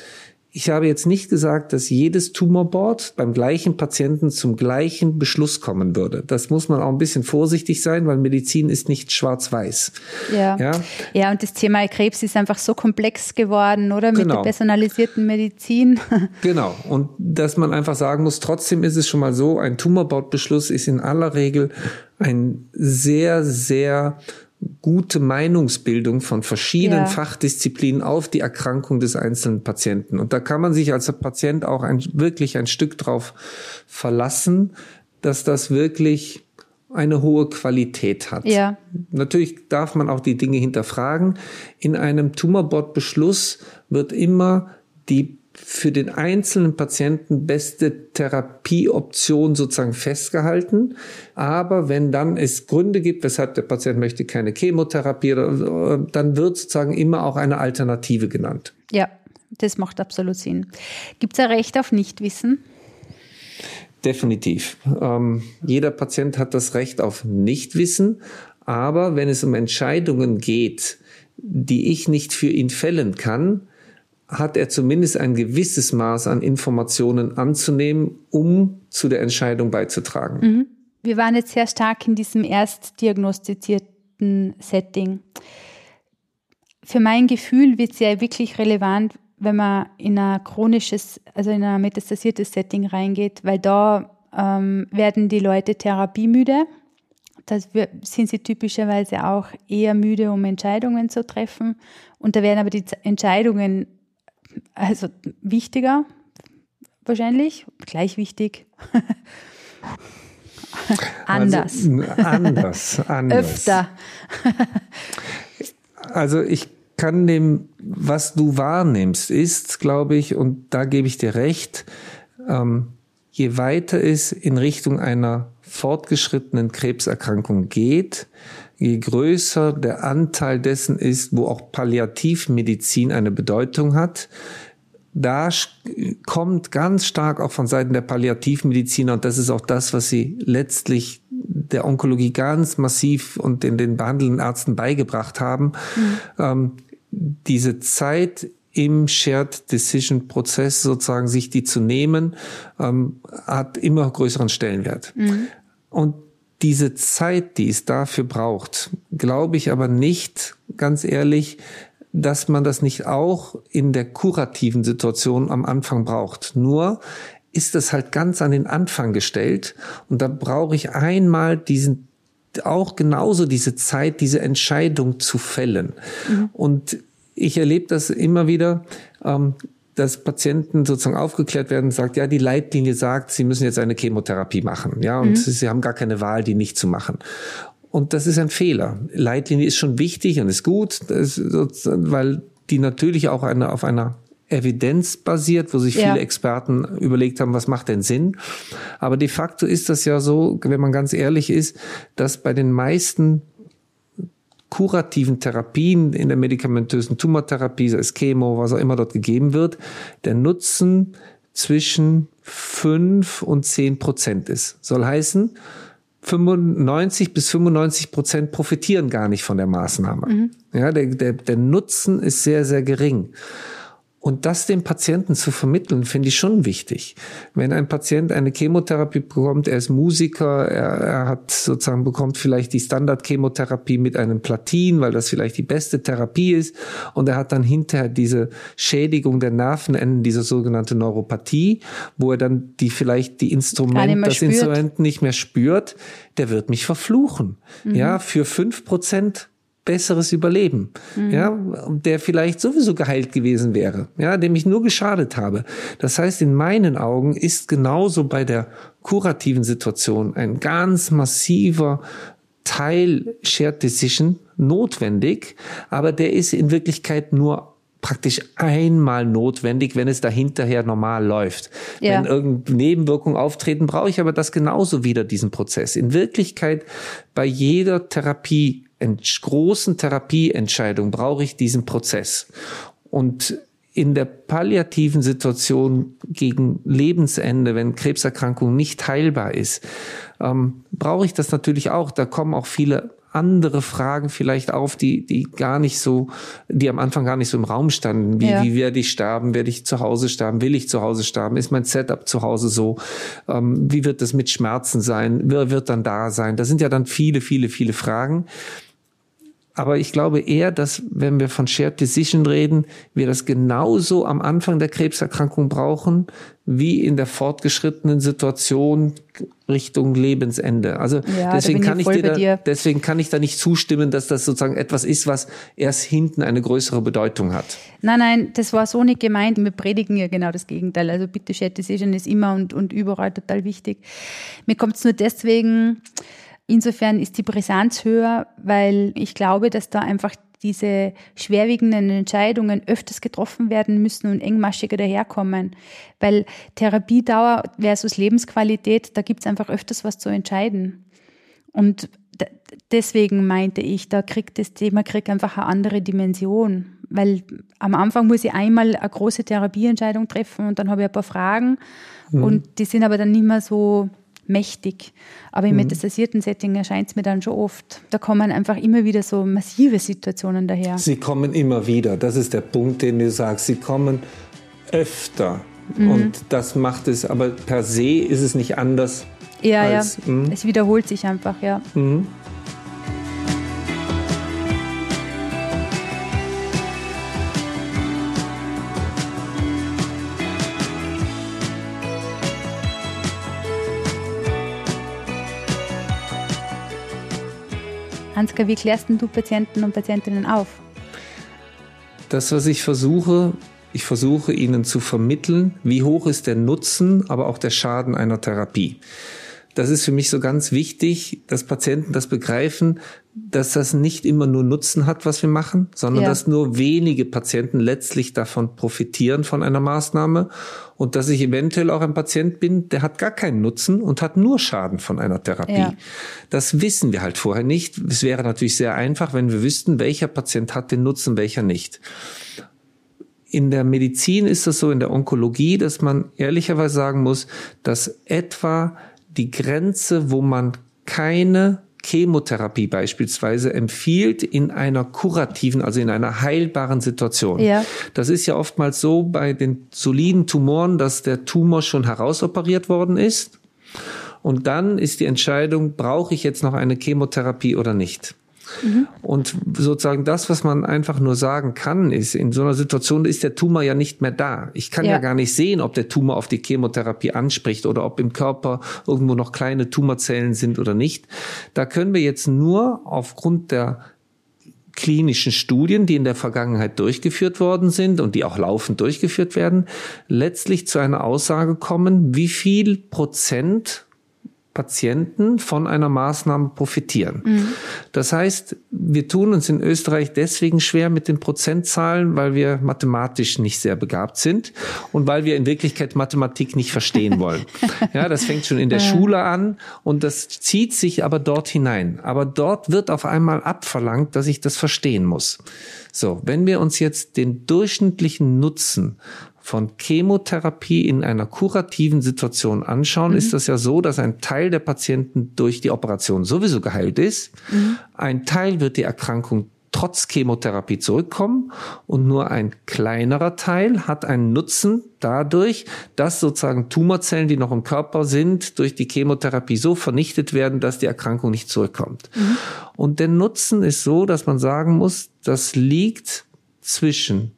Ich habe jetzt nicht gesagt, dass jedes Tumor Board beim gleichen Patienten zum gleichen Beschluss kommen würde. Das muss man auch ein bisschen vorsichtig sein, weil Medizin ist nicht schwarz-weiß. Ja, ja? ja und das Thema Krebs ist einfach so komplex geworden, oder? Mit genau. der personalisierten Medizin. Genau. Und dass man einfach sagen muss, trotzdem ist es schon mal so, ein Tumor Board Beschluss ist in aller Regel ein sehr, sehr gute Meinungsbildung von verschiedenen ja. Fachdisziplinen auf die Erkrankung des einzelnen Patienten. Und da kann man sich als Patient auch ein, wirklich ein Stück drauf verlassen, dass das wirklich eine hohe Qualität hat. Ja. Natürlich darf man auch die Dinge hinterfragen. In einem Tumor Board Beschluss wird immer die für den einzelnen Patienten beste Therapieoption sozusagen festgehalten. Aber wenn dann es Gründe gibt, weshalb der Patient möchte keine Chemotherapie, dann wird sozusagen immer auch eine Alternative genannt. Ja, das macht absolut Sinn. Gibt es ein Recht auf Nichtwissen? Definitiv. Ähm, jeder Patient hat das Recht auf Nichtwissen. Aber wenn es um Entscheidungen geht, die ich nicht für ihn fällen kann, hat er zumindest ein gewisses Maß an Informationen anzunehmen, um zu der Entscheidung beizutragen. Mhm. Wir waren jetzt sehr stark in diesem erst diagnostizierten Setting. Für mein Gefühl wird es ja wirklich relevant, wenn man in ein chronisches, also in ein metastasiertes Setting reingeht, weil da ähm, werden die Leute therapiemüde. Da sind sie typischerweise auch eher müde, um Entscheidungen zu treffen. Und da werden aber die Entscheidungen also wichtiger, wahrscheinlich, gleich wichtig. anders. Also, anders, anders. Öfter. Also ich kann dem, was du wahrnimmst, ist, glaube ich, und da gebe ich dir recht, ähm, je weiter es in Richtung einer fortgeschrittenen Krebserkrankung geht, je größer der Anteil dessen ist, wo auch Palliativmedizin eine Bedeutung hat, da kommt ganz stark auch von Seiten der Palliativmediziner, und das ist auch das, was sie letztlich der Onkologie ganz massiv und in den behandelnden Ärzten beigebracht haben, mhm. ähm, diese Zeit im Shared Decision Prozess sozusagen sich die zu nehmen, ähm, hat immer größeren Stellenwert. Mhm. Und diese Zeit, die es dafür braucht, glaube ich aber nicht, ganz ehrlich, dass man das nicht auch in der kurativen Situation am Anfang braucht. Nur ist es halt ganz an den Anfang gestellt und da brauche ich einmal diesen, auch genauso diese Zeit, diese Entscheidung zu fällen. Mhm. Und ich erlebe das immer wieder, ähm, dass Patienten sozusagen aufgeklärt werden und sagt, ja, die Leitlinie sagt, sie müssen jetzt eine Chemotherapie machen, ja, und mhm. sie haben gar keine Wahl, die nicht zu machen. Und das ist ein Fehler. Leitlinie ist schon wichtig und ist gut, das, weil die natürlich auch eine, auf einer Evidenz basiert, wo sich ja. viele Experten überlegt haben, was macht denn Sinn. Aber de facto ist das ja so, wenn man ganz ehrlich ist, dass bei den meisten kurativen Therapien in der medikamentösen Tumortherapie, sei es Chemo, was auch immer dort gegeben wird, der Nutzen zwischen fünf und zehn Prozent ist. Soll heißen, fünfundneunzig bis fünfundneunzig Prozent profitieren gar nicht von der Maßnahme. Mhm. Ja, der, der, der Nutzen ist sehr, sehr gering. Und das dem Patienten zu vermitteln, finde ich schon wichtig. Wenn ein Patient eine Chemotherapie bekommt, er ist Musiker, er, er hat sozusagen bekommt vielleicht die Standard-Chemotherapie mit einem Platin, weil das vielleicht die beste Therapie ist, und er hat dann hinterher diese Schädigung der Nervenenden, diese sogenannte Neuropathie, wo er dann die vielleicht die Instrument, das spürt. Instrument nicht mehr spürt, der wird mich verfluchen. Mhm. Ja, für fünf Prozent besseres Überleben, mhm. ja, der vielleicht sowieso geheilt gewesen wäre, ja, dem ich nur geschadet habe. Das heißt, in meinen Augen ist genauso bei der kurativen Situation ein ganz massiver Teil Shared Decision notwendig, aber der ist in Wirklichkeit nur praktisch einmal notwendig, wenn es dahinterher normal läuft. Ja. Wenn irgendeine Nebenwirkungen auftreten, brauche ich aber das genauso wieder, diesen Prozess. In Wirklichkeit bei jeder Therapie, in großen Therapieentscheidung brauche ich diesen Prozess. Und in der palliativen Situation gegen Lebensende, wenn Krebserkrankung nicht heilbar ist, ähm, brauche ich das natürlich auch. Da kommen auch viele andere Fragen vielleicht auf, die die gar nicht so, die am Anfang gar nicht so im Raum standen. Wie, ja. wie werde ich sterben? Werde ich zu Hause sterben? Will ich zu Hause sterben? Ist mein Setup zu Hause so? Ähm, wie wird das mit Schmerzen sein? Wer wird dann da sein? Das sind ja dann viele, viele, viele Fragen. Aber ich glaube eher, dass, wenn wir von Shared Decision reden, wir das genauso am Anfang der Krebserkrankung brauchen, wie in der fortgeschrittenen Situation Richtung Lebensende. Also ja, deswegen da kann ich dir, da, dir deswegen kann ich da nicht zustimmen, dass das sozusagen etwas ist, was erst hinten eine größere Bedeutung hat. Nein, nein, das war so nicht gemeint. Wir predigen ja genau das Gegenteil. Also bitte, Shared Decision ist immer und, und überall total wichtig. Mir kommt es nur deswegen. Insofern ist die Brisanz höher, weil ich glaube, dass da einfach diese schwerwiegenden Entscheidungen öfters getroffen werden müssen und engmaschiger daherkommen. Weil Therapiedauer versus Lebensqualität, da gibt es einfach öfters was zu entscheiden. Und d- deswegen meinte ich, da kriegt das Thema kriegt einfach eine andere Dimension. Weil am Anfang muss ich einmal eine große Therapieentscheidung treffen und dann habe ich ein paar Fragen. Mhm. Und die sind aber dann nicht mehr so mächtig. Aber im mhm. metastasierten Setting erscheint es mir dann schon oft. Da kommen einfach immer wieder so massive Situationen daher. Sie kommen immer wieder. Das ist der Punkt, den du sagst. Sie kommen öfter. Mhm. Und das macht es, aber per se ist es nicht anders. Ja, als, ja. Mh. Es wiederholt sich einfach, ja. Mhm. Ansgar, wie klärst denn du Patienten und Patientinnen auf? Das, was ich versuche, ich versuche ihnen zu vermitteln, wie hoch ist der Nutzen, aber auch der Schaden einer Therapie. Das ist für mich so ganz wichtig, dass Patienten das begreifen, dass das nicht immer nur Nutzen hat, was wir machen, sondern ja. dass nur wenige Patienten letztlich davon profitieren von einer Maßnahme und dass ich eventuell auch ein Patient bin, der hat gar keinen Nutzen und hat nur Schaden von einer Therapie. Ja. Das wissen wir halt vorher nicht. Es wäre natürlich sehr einfach, wenn wir wüssten, welcher Patient hat den Nutzen, welcher nicht. In der Medizin ist das so, in der Onkologie, dass man ehrlicherweise sagen muss, dass etwa die Grenze, wo man keine Chemotherapie beispielsweise empfiehlt in einer kurativen, also in einer heilbaren Situation. Ja. Das ist ja oftmals so bei den soliden Tumoren, dass der Tumor schon herausoperiert worden ist. Und dann ist die Entscheidung, brauche ich jetzt noch eine Chemotherapie oder nicht? Mhm. Und sozusagen das, was man einfach nur sagen kann, ist, in so einer Situation ist der Tumor ja nicht mehr da. Ich kann ja, ja gar nicht sehen, ob der Tumor auf die Chemotherapie anspricht oder ob im Körper irgendwo noch kleine Tumorzellen sind oder nicht. Da können wir jetzt nur aufgrund der klinischen Studien, die in der Vergangenheit durchgeführt worden sind und die auch laufend durchgeführt werden, letztlich zu einer Aussage kommen, wie viel Prozent Patienten von einer Maßnahme profitieren. Mhm. Das heißt, wir tun uns in Österreich deswegen schwer mit den Prozentzahlen, weil wir mathematisch nicht sehr begabt sind und weil wir in Wirklichkeit Mathematik nicht verstehen wollen. Ja, das fängt schon in der ja. Schule an und das zieht sich aber dort hinein. Aber dort wird auf einmal abverlangt, dass ich das verstehen muss. So, wenn wir uns jetzt den durchschnittlichen Nutzen von Chemotherapie in einer kurativen Situation anschauen, mhm. ist das ja so, dass ein Teil der Patienten durch die Operation sowieso geheilt ist. Mhm. Ein Teil wird die Erkrankung trotz Chemotherapie zurückkommen und nur ein kleinerer Teil hat einen Nutzen dadurch, dass sozusagen Tumorzellen, die noch im Körper sind, durch die Chemotherapie so vernichtet werden, dass die Erkrankung nicht zurückkommt. Mhm. Und der Nutzen ist so, dass man sagen muss, das liegt zwischen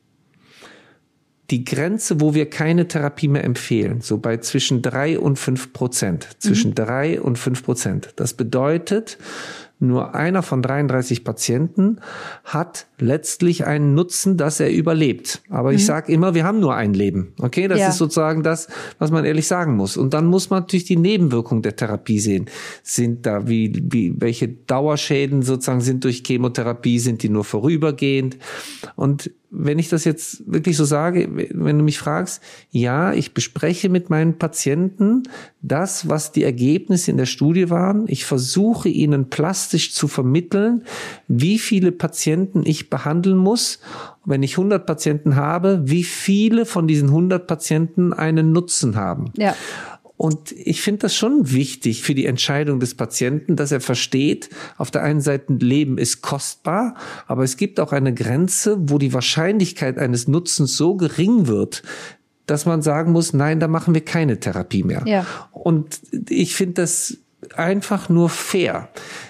die Grenze, wo wir keine Therapie mehr empfehlen, so bei zwischen drei und fünf Prozent. Zwischen mhm. drei und fünf Prozent. Das bedeutet, nur einer von dreiunddreißig Patienten hat letztlich einen Nutzen, dass er überlebt. Aber mhm. ich sage immer, wir haben nur ein Leben. Okay, das ja. ist sozusagen das, was man ehrlich sagen muss. Und dann muss man natürlich die Nebenwirkungen der Therapie sehen. Sind da wie, wie welche Dauerschäden sozusagen sind durch Chemotherapie? Sind die nur vorübergehend? Und wenn ich das jetzt wirklich so sage, wenn du mich fragst, ja, ich bespreche mit meinen Patienten das, was die Ergebnisse in der Studie waren. Ich versuche ihnen plastisch zu vermitteln, wie viele Patienten ich behandeln muss. Wenn ich hundert Patienten habe, wie viele von diesen hundert Patienten einen Nutzen haben. Ja. Und ich finde das schon wichtig für die Entscheidung des Patienten, dass er versteht, auf der einen Seite Leben ist kostbar, aber es gibt auch eine Grenze, wo die Wahrscheinlichkeit eines Nutzens so gering wird, dass man sagen muss, nein, da machen wir keine Therapie mehr. Ja. Und ich finde das einfach nur fair.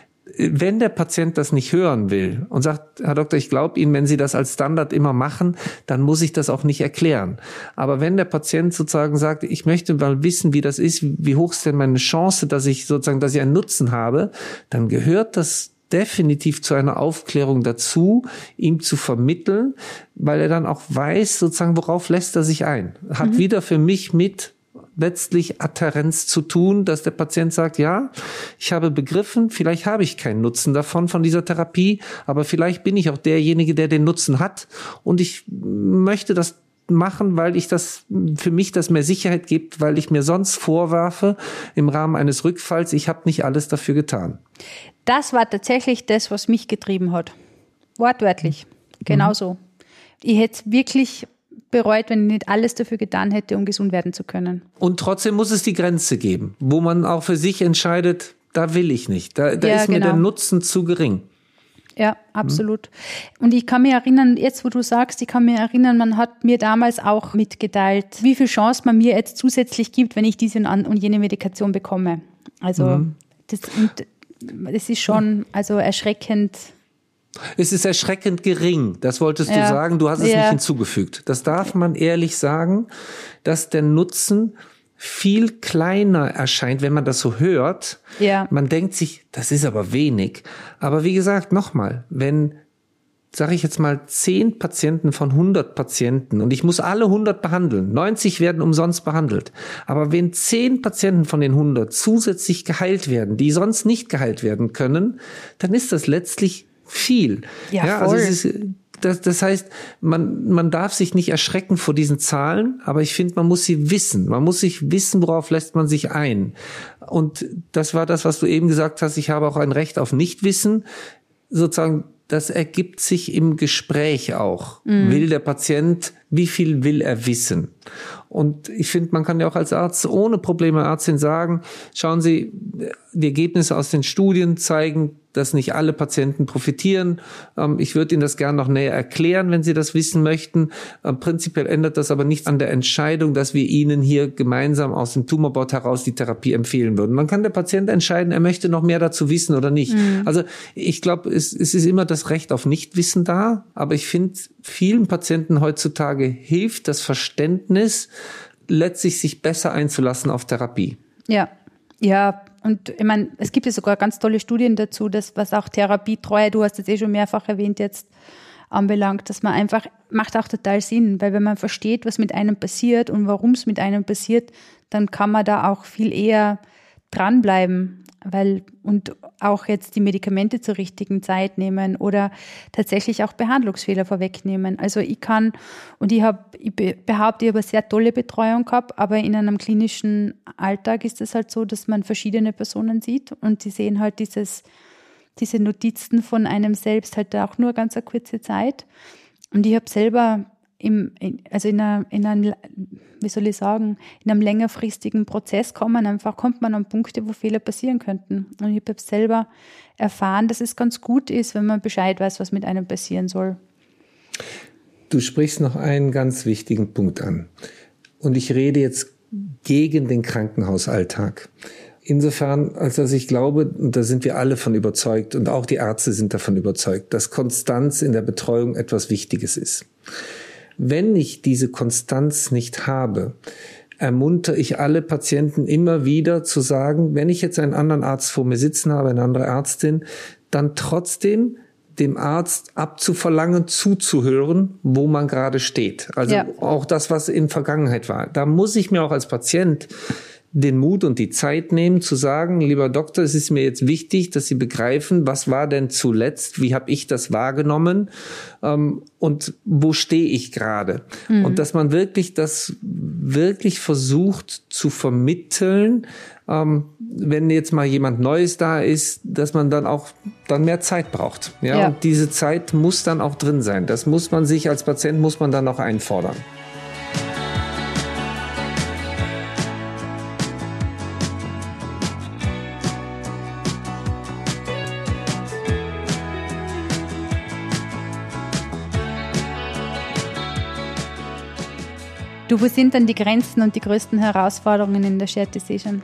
Wenn der Patient das nicht hören will und sagt, Herr Doktor, ich glaube Ihnen, wenn Sie das als Standard immer machen, dann muss ich das auch nicht erklären. Aber wenn der Patient sozusagen sagt, ich möchte mal wissen, wie das ist, wie hoch ist denn meine Chance, dass ich sozusagen, dass ich einen Nutzen habe, dann gehört das definitiv zu einer Aufklärung dazu, ihm zu vermitteln, weil er dann auch weiß, sozusagen, worauf lässt er sich ein. Hat mhm. wieder für mich mit letztlich Adhärenz zu tun, dass der Patient sagt, ja, ich habe begriffen, vielleicht habe ich keinen Nutzen davon, von dieser Therapie, aber vielleicht bin ich auch derjenige, der den Nutzen hat und ich möchte das machen, weil ich das, für mich das mehr Sicherheit gibt, weil ich mir sonst vorwerfe, im Rahmen eines Rückfalls, ich habe nicht alles dafür getan. Das war tatsächlich das, was mich getrieben hat. Wortwörtlich. Genauso. Mhm. Ich hätte es wirklich bereut, wenn ich nicht alles dafür getan hätte, um gesund werden zu können. Und trotzdem muss es die Grenze geben, wo man auch für sich entscheidet, da will ich nicht, da, da ja, ist mir genau. der Nutzen zu gering. Ja, absolut. Mhm. Und ich kann mich erinnern, jetzt wo du sagst, ich kann mich erinnern, man hat mir damals auch mitgeteilt, wie viel Chance man mir jetzt zusätzlich gibt, wenn ich diese und jene Medikation bekomme. Also mhm. das, und das ist schon also erschreckend. Es ist erschreckend gering, das wolltest ja. du sagen, du hast es ja. nicht hinzugefügt. Das darf man ehrlich sagen, dass der Nutzen viel kleiner erscheint, wenn man das so hört. Ja. Man denkt sich, das ist aber wenig. Aber wie gesagt, nochmal, wenn, sage ich jetzt mal, zehn Patienten von hundert Patienten und ich muss alle hundert behandeln, neunzig werden umsonst behandelt. Aber wenn zehn Patienten von den hundert zusätzlich geheilt werden, die sonst nicht geheilt werden können, dann ist das letztlich viel. Ja, ja, also es ist, das, das heißt, man, man darf sich nicht erschrecken vor diesen Zahlen, aber ich finde, man muss sie wissen. Man muss sich wissen, worauf lässt man sich ein. Und das war das, was du eben gesagt hast. Ich habe auch ein Recht auf Nichtwissen. Sozusagen, das ergibt sich im Gespräch auch. Mhm. Will der Patient, wie viel will er wissen? Und ich finde, man kann ja auch als Arzt ohne Probleme Ärztin sagen, schauen Sie, die Ergebnisse aus den Studien zeigen, dass nicht alle Patienten profitieren. Ich würde Ihnen das gerne noch näher erklären, wenn Sie das wissen möchten. Prinzipiell ändert das aber nichts an der Entscheidung, dass wir Ihnen hier gemeinsam aus dem Tumorboard heraus die Therapie empfehlen würden. Dann kann der Patient entscheiden, er möchte noch mehr dazu wissen oder nicht. Mhm. Also ich glaube, es, es ist immer das Recht auf Nichtwissen da, aber ich finde, vielen Patienten heutzutage hilft das Verständnis, letztlich sich besser einzulassen auf Therapie. Ja, ja. Und ich meine, es gibt ja sogar ganz tolle Studien dazu, dass was auch Therapietreue, du hast es eh schon mehrfach erwähnt jetzt, anbelangt, dass man einfach, macht auch total Sinn, weil wenn man versteht, was mit einem passiert und warum es mit einem passiert, dann kann man da auch viel eher dranbleiben, weil und auch jetzt die Medikamente zur richtigen Zeit nehmen oder tatsächlich auch Behandlungsfehler vorwegnehmen. Also ich kann, und ich habe, ich behaupte, ich habe eine sehr tolle Betreuung gehabt, aber in einem klinischen Alltag ist es halt so, dass man verschiedene Personen sieht und die sehen halt dieses, diese Notizen von einem selbst halt auch nur ganz eine kurze Zeit. Und ich habe selber im, also in einer, in einem, wie soll ich sagen, in einem längerfristigen Prozess kommen, einfach kommt man an Punkte, wo Fehler passieren könnten. Und ich habe selber erfahren, dass es ganz gut ist, wenn man Bescheid weiß, was mit einem passieren soll. Du sprichst noch einen ganz wichtigen Punkt an. Und ich rede jetzt gegen den Krankenhausalltag. Insofern, als dass ich glaube, und da sind wir alle von überzeugt und auch die Ärzte sind davon überzeugt, dass Konstanz in der Betreuung etwas Wichtiges ist. Wenn ich diese Konstanz nicht habe, ermuntere ich alle Patienten immer wieder zu sagen, wenn ich jetzt einen anderen Arzt vor mir sitzen habe, eine andere Ärztin, dann trotzdem dem Arzt abzuverlangen, zuzuhören, wo man gerade steht. Also ja. Auch das, was in Vergangenheit war. Da muss ich mir auch als Patient den Mut und die Zeit nehmen, zu sagen, lieber Doktor, es ist mir jetzt wichtig, dass Sie begreifen, was war denn zuletzt, wie habe ich das wahrgenommen ähm, und wo stehe ich gerade? Mhm. Und dass man wirklich das wirklich versucht zu vermitteln, ähm, wenn jetzt mal jemand Neues da ist, dass man dann auch dann mehr Zeit braucht. Ja? Ja. Und diese Zeit muss dann auch drin sein. Das muss man sich als Patient, muss man dann auch einfordern. Du, wo sind dann die Grenzen und die größten Herausforderungen in der Shared Decision?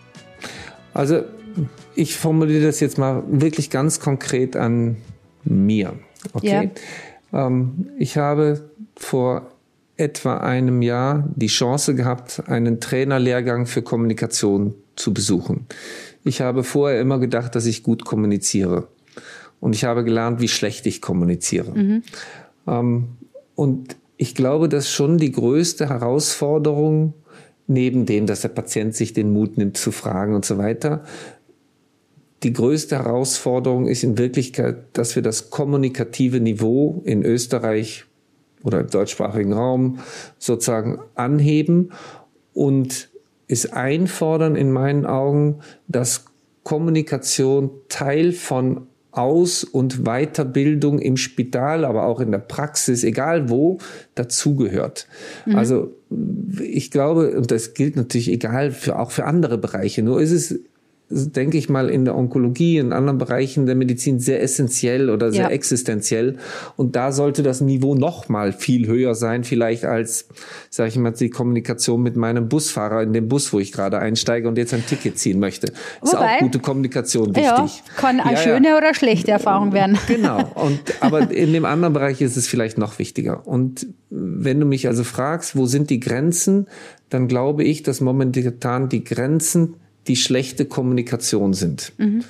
Also ich formuliere das jetzt mal wirklich ganz konkret an mir. Okay? Ja. Ähm, ich habe vor etwa einem Jahr die Chance gehabt, einen Trainerlehrgang für Kommunikation zu besuchen. Ich habe vorher immer gedacht, dass ich gut kommuniziere. Und ich habe gelernt, wie schlecht ich kommuniziere. Mhm. Ähm, und ich glaube, dass schon die größte Herausforderung, neben dem, dass der Patient sich den Mut nimmt zu fragen und so weiter, die größte Herausforderung ist in Wirklichkeit, dass wir das kommunikative Niveau in Österreich oder im deutschsprachigen Raum sozusagen anheben und es einfordern in meinen Augen, dass Kommunikation Teil von Aus- und Weiterbildung im Spital, aber auch in der Praxis, egal wo, dazugehört. Mhm. Also ich glaube, und das gilt natürlich egal für auch für andere Bereiche, nur ist es, denke ich mal, in der Onkologie, in anderen Bereichen der Medizin sehr essentiell oder sehr ja. existenziell. Und da sollte das Niveau noch mal viel höher sein, vielleicht als, sage ich mal, die Kommunikation mit meinem Busfahrer in dem Bus, wo ich gerade einsteige und jetzt ein Ticket ziehen möchte. Ist Wobei, auch gute Kommunikation wichtig. Ja, kann eine ja, schöne ja. oder schlechte Erfahrung werden. Genau. Und, aber in dem anderen Bereich ist es vielleicht noch wichtiger. Und wenn du mich also fragst, wo sind die Grenzen, dann glaube ich, dass momentan die Grenzen die schlechte Kommunikation sind. Mhm.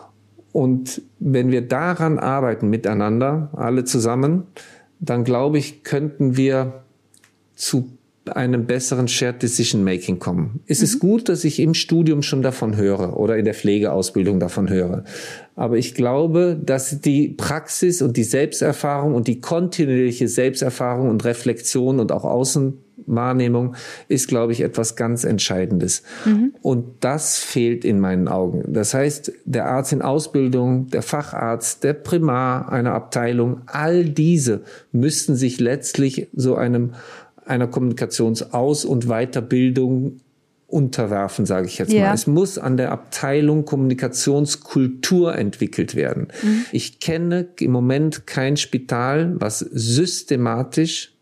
Und wenn wir daran arbeiten miteinander, alle zusammen, dann glaube ich, könnten wir zu einem besseren Shared Decision Making kommen. Es mhm. ist gut, dass ich im Studium schon davon höre oder in der Pflegeausbildung davon höre. Aber ich glaube, dass die Praxis und die Selbsterfahrung und die kontinuierliche Selbsterfahrung und Reflexion und auch Außenwahrnehmung ist, glaube ich, etwas ganz Entscheidendes. Mhm. Und das fehlt in meinen Augen. Das heißt, der Arzt in Ausbildung, der Facharzt, der Primar einer Abteilung, all diese müssten sich letztlich so einem einer Kommunikationsaus- und Weiterbildung unterwerfen, sage ich jetzt ja. mal. Es muss an der Abteilung Kommunikationskultur entwickelt werden. Mhm. Ich kenne im Moment kein Spital, was systematisch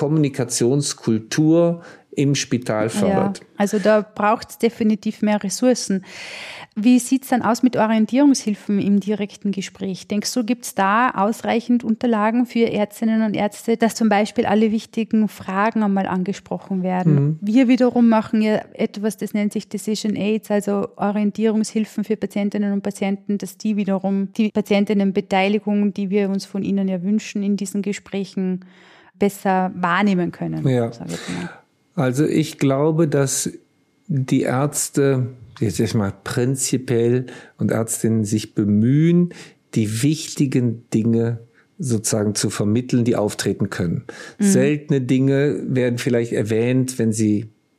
Kommunikationskultur im Spital fördert. Ja, also da braucht es definitiv mehr Ressourcen. Wie sieht es dann aus mit Orientierungshilfen im direkten Gespräch? Denkst du, gibt es da ausreichend Unterlagen für Ärztinnen und Ärzte, dass zum Beispiel alle wichtigen Fragen einmal angesprochen werden? Mhm. Wir wiederum machen ja etwas, das nennt sich Decision Aids, also Orientierungshilfen für Patientinnen und Patienten, dass die wiederum die Patientinnenbeteiligung, die wir uns von ihnen ja wünschen, in diesen Gesprächen besser wahrnehmen können. Ja. Sag ich mal. Also ich glaube, dass die Ärzte jetzt erstmal prinzipiell und Ärztinnen sich bemühen, die wichtigen Dinge sozusagen zu vermitteln, die auftreten können. Mhm. Seltene Dinge werden vielleicht erwähnt, wenn sie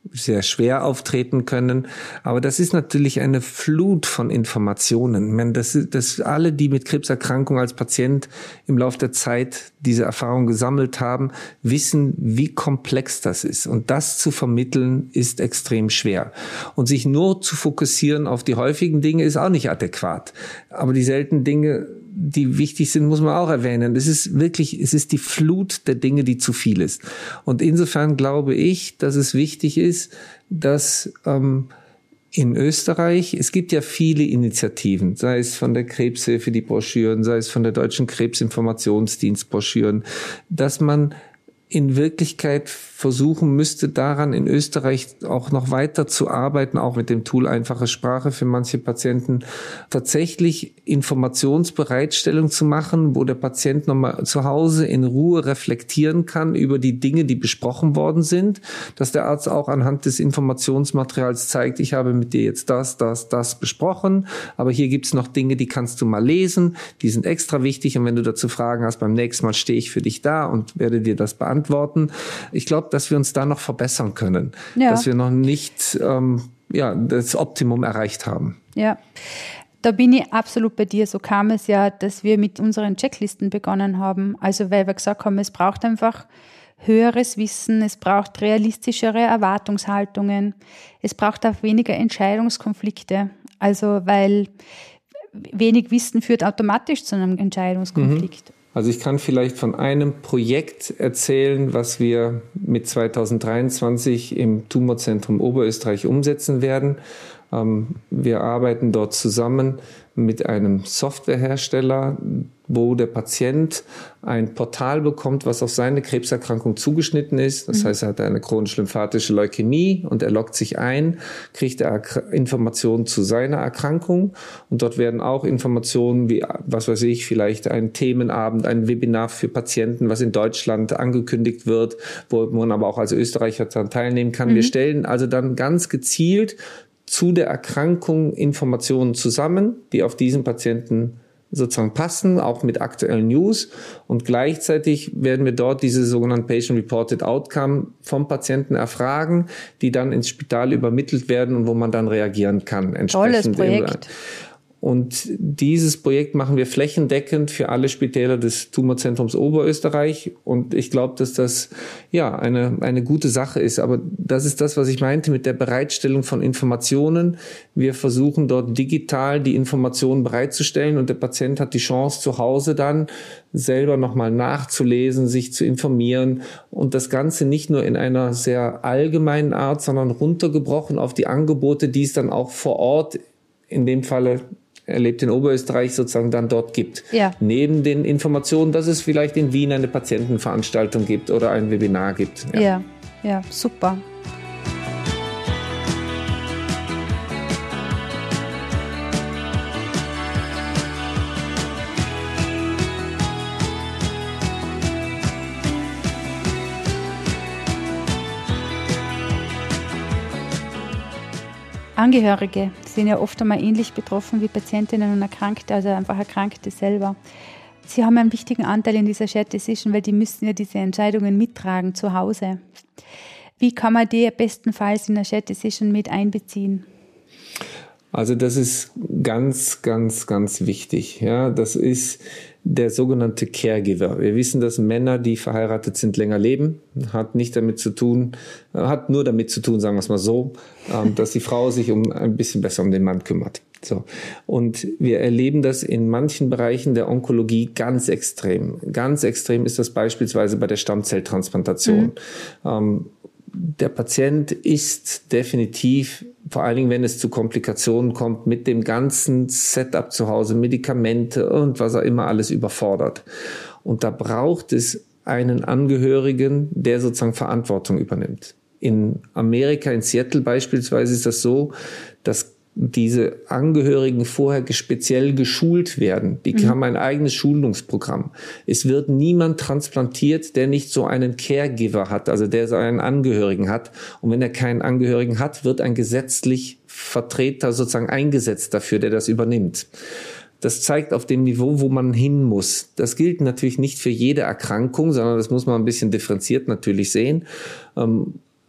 sehr schwer auftreten können. Aber das ist natürlich eine Flut von Informationen. Ich meine, das, das alle, die mit Krebserkrankung als Patient im Laufe der Zeit diese Erfahrung gesammelt haben, wissen, wie komplex das ist. Und das zu vermitteln, ist extrem schwer. Und sich nur zu fokussieren auf die häufigen Dinge, ist auch nicht adäquat. Aber die seltenen Dinge, die wichtig sind, muss man auch erwähnen. Es ist wirklich, es ist die Flut der Dinge, die zu viel ist. Und insofern glaube ich, dass es wichtig ist, dass ähm, in Österreich, es gibt ja viele Initiativen, sei es von der Krebshilfe die Broschüren, sei es von der Deutschen Krebsinformationsdienst Broschüren, dass man in Wirklichkeit versuchen müsste, daran in Österreich auch noch weiter zu arbeiten, auch mit dem Tool Einfache Sprache für manche Patienten, tatsächlich Informationsbereitstellung zu machen, wo der Patient nochmal zu Hause in Ruhe reflektieren kann über die Dinge, die besprochen worden sind, dass der Arzt auch anhand des Informationsmaterials zeigt, ich habe mit dir jetzt das, das, das besprochen, aber hier gibt's noch Dinge, die kannst du mal lesen, die sind extra wichtig und wenn du dazu Fragen hast, beim nächsten Mal stehe ich für dich da und werde dir das beantworten. Ich glaube, dass wir uns da noch verbessern können, ja. dass wir noch nicht ähm, ja, das Optimum erreicht haben. Ja, da bin ich absolut bei dir. So kam es ja, dass wir mit unseren Checklisten begonnen haben. Also weil wir gesagt haben, es braucht einfach höheres Wissen, es braucht realistischere Erwartungshaltungen, es braucht auch weniger Entscheidungskonflikte. Also weil wenig Wissen führt automatisch zu einem Entscheidungskonflikt. Mhm. Also ich kann vielleicht von einem Projekt erzählen, was wir mit zweitausenddreiundzwanzig im Tumorzentrum Oberösterreich umsetzen werden. Wir arbeiten dort zusammen mit einem Softwarehersteller, wo der Patient ein Portal bekommt, was auf seine Krebserkrankung zugeschnitten ist. Das mhm. heißt, er hat eine chronisch-lymphatische Leukämie und er loggt sich ein, kriegt er Informationen zu seiner Erkrankung und dort werden auch Informationen wie, was weiß ich, vielleicht ein Themenabend, ein Webinar für Patienten, was in Deutschland angekündigt wird, wo man aber auch als Österreicher daran teilnehmen kann. Mhm. Wir stellen also dann ganz gezielt zu der Erkrankung Informationen zusammen, die auf diesen Patienten sozusagen passen, auch mit aktuellen News. Und gleichzeitig werden wir dort diese sogenannten Patient-Reported Outcome vom Patienten erfragen, die dann ins Spital übermittelt werden und wo man dann reagieren kann. Tolles Projekt. Und dieses Projekt machen wir flächendeckend für alle Spitäler des Tumorzentrums Oberösterreich. Und ich glaube, dass das ja eine eine gute Sache ist. Aber das ist das, was ich meinte mit der Bereitstellung von Informationen. Wir versuchen dort digital die Informationen bereitzustellen und der Patient hat die Chance, zu Hause dann selber nochmal nachzulesen, sich zu informieren und das Ganze nicht nur in einer sehr allgemeinen Art, sondern runtergebrochen auf die Angebote, die es dann auch vor Ort, in dem Falle er lebt in Oberösterreich, sozusagen dann dort gibt. Ja. Neben den Informationen, dass es vielleicht in Wien eine Patientenveranstaltung gibt oder ein Webinar gibt. Ja, ja, ja, super. Angehörige sind ja oft einmal ähnlich betroffen wie Patientinnen und Erkrankte, also einfach Erkrankte selber. Sie haben einen wichtigen Anteil in dieser Shared Decision, weil die müssen ja diese Entscheidungen mittragen zu Hause. Wie kann man die bestenfalls in der Shared Decision mit einbeziehen? Also das ist ganz, ganz, ganz wichtig. Ja, das ist der sogenannte Caregiver. Wir wissen, dass Männer, die verheiratet sind, länger leben. Hat nicht damit zu tun, hat nur damit zu tun, sagen wir es mal so, dass die Frau sich um ein bisschen besser um den Mann kümmert. So. Und wir erleben das in manchen Bereichen der Onkologie ganz extrem. Ganz extrem ist das beispielsweise bei der Stammzelltransplantation. Mhm. Ähm, Der Patient ist definitiv, vor allen Dingen, wenn es zu Komplikationen kommt, mit dem ganzen Setup zu Hause, Medikamente und was auch immer alles überfordert. Und da braucht es einen Angehörigen, der sozusagen Verantwortung übernimmt. In Amerika, in Seattle beispielsweise, ist das so, dass diese Angehörigen vorher speziell geschult werden. Die mhm. haben ein eigenes Schulungsprogramm. Es wird niemand transplantiert, der nicht so einen Caregiver hat, also der so einen Angehörigen hat. Und wenn er keinen Angehörigen hat, wird ein gesetzlich Vertreter sozusagen eingesetzt dafür, der das übernimmt. Das zeigt auf dem Niveau, wo man hin muss. Das gilt natürlich nicht für jede Erkrankung, sondern das muss man ein bisschen differenziert natürlich sehen.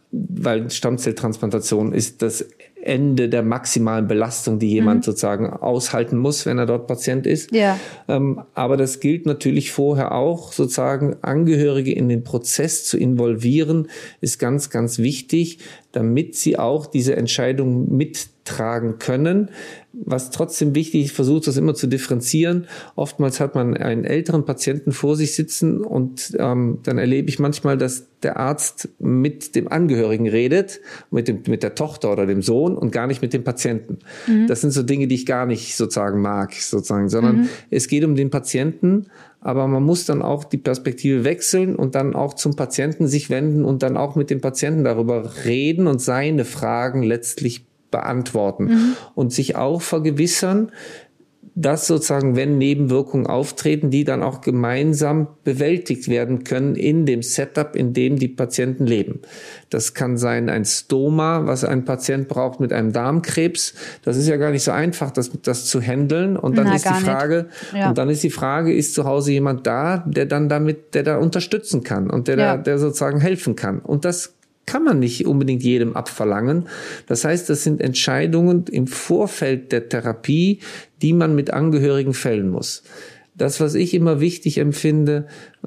weil Stammzelltransplantation ist das Ende der maximalen Belastung, die jemand mhm. sozusagen aushalten muss, wenn er dort Patient ist. Ja. Ähm, aber das gilt natürlich vorher auch, sozusagen Angehörige in den Prozess zu involvieren, ist ganz, ganz wichtig, damit sie auch diese Entscheidung mittragen können. Was trotzdem wichtig ist, ich versuche das immer zu differenzieren. Oftmals hat man einen älteren Patienten vor sich sitzen und ähm, dann erlebe ich manchmal, dass der Arzt mit dem Angehörigen redet, mit dem, mit der Tochter oder dem Sohn und gar nicht mit dem Patienten. Mhm. Das sind so Dinge, die ich gar nicht sozusagen mag, sozusagen, sondern mhm. es geht um den Patienten, aber man muss dann auch die Perspektive wechseln und dann auch zum Patienten sich wenden und dann auch mit dem Patienten darüber reden und seine Fragen letztlich beantworten mhm. und sich auch vergewissern, dass sozusagen, wenn Nebenwirkungen auftreten, die dann auch gemeinsam bewältigt werden können in dem Setup, in dem die Patienten leben. Das kann sein ein Stoma, was ein Patient braucht mit einem Darmkrebs. Das ist ja gar nicht so einfach, das, das zu handeln. Und dann Na, ist die Frage, ja. und dann ist die Frage, ist zu Hause jemand da, der dann damit, der da unterstützen kann und der ja. da, der sozusagen helfen kann. Und das kann man nicht unbedingt jedem abverlangen. Das heißt, das sind Entscheidungen im Vorfeld der Therapie, die man mit Angehörigen fällen muss. Das, was ich immer wichtig empfinde,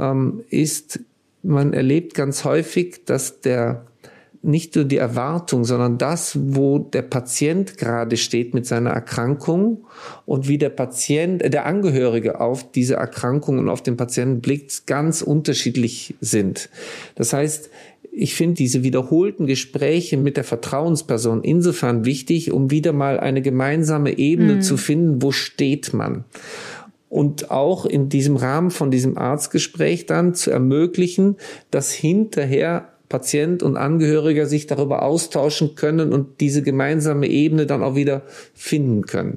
ist, man erlebt ganz häufig, dass der nicht nur die Erwartung, sondern das, wo der Patient gerade steht mit seiner Erkrankung und wie der Patient, der Angehörige auf diese Erkrankung und auf den Patienten blickt, ganz unterschiedlich sind. Das heißt, ich finde diese wiederholten Gespräche mit der Vertrauensperson insofern wichtig, um wieder mal eine gemeinsame Ebene mhm. zu finden, wo steht man. Und auch in diesem Rahmen von diesem Arztgespräch dann zu ermöglichen, dass hinterher Patient und Angehöriger sich darüber austauschen können und diese gemeinsame Ebene dann auch wieder finden können.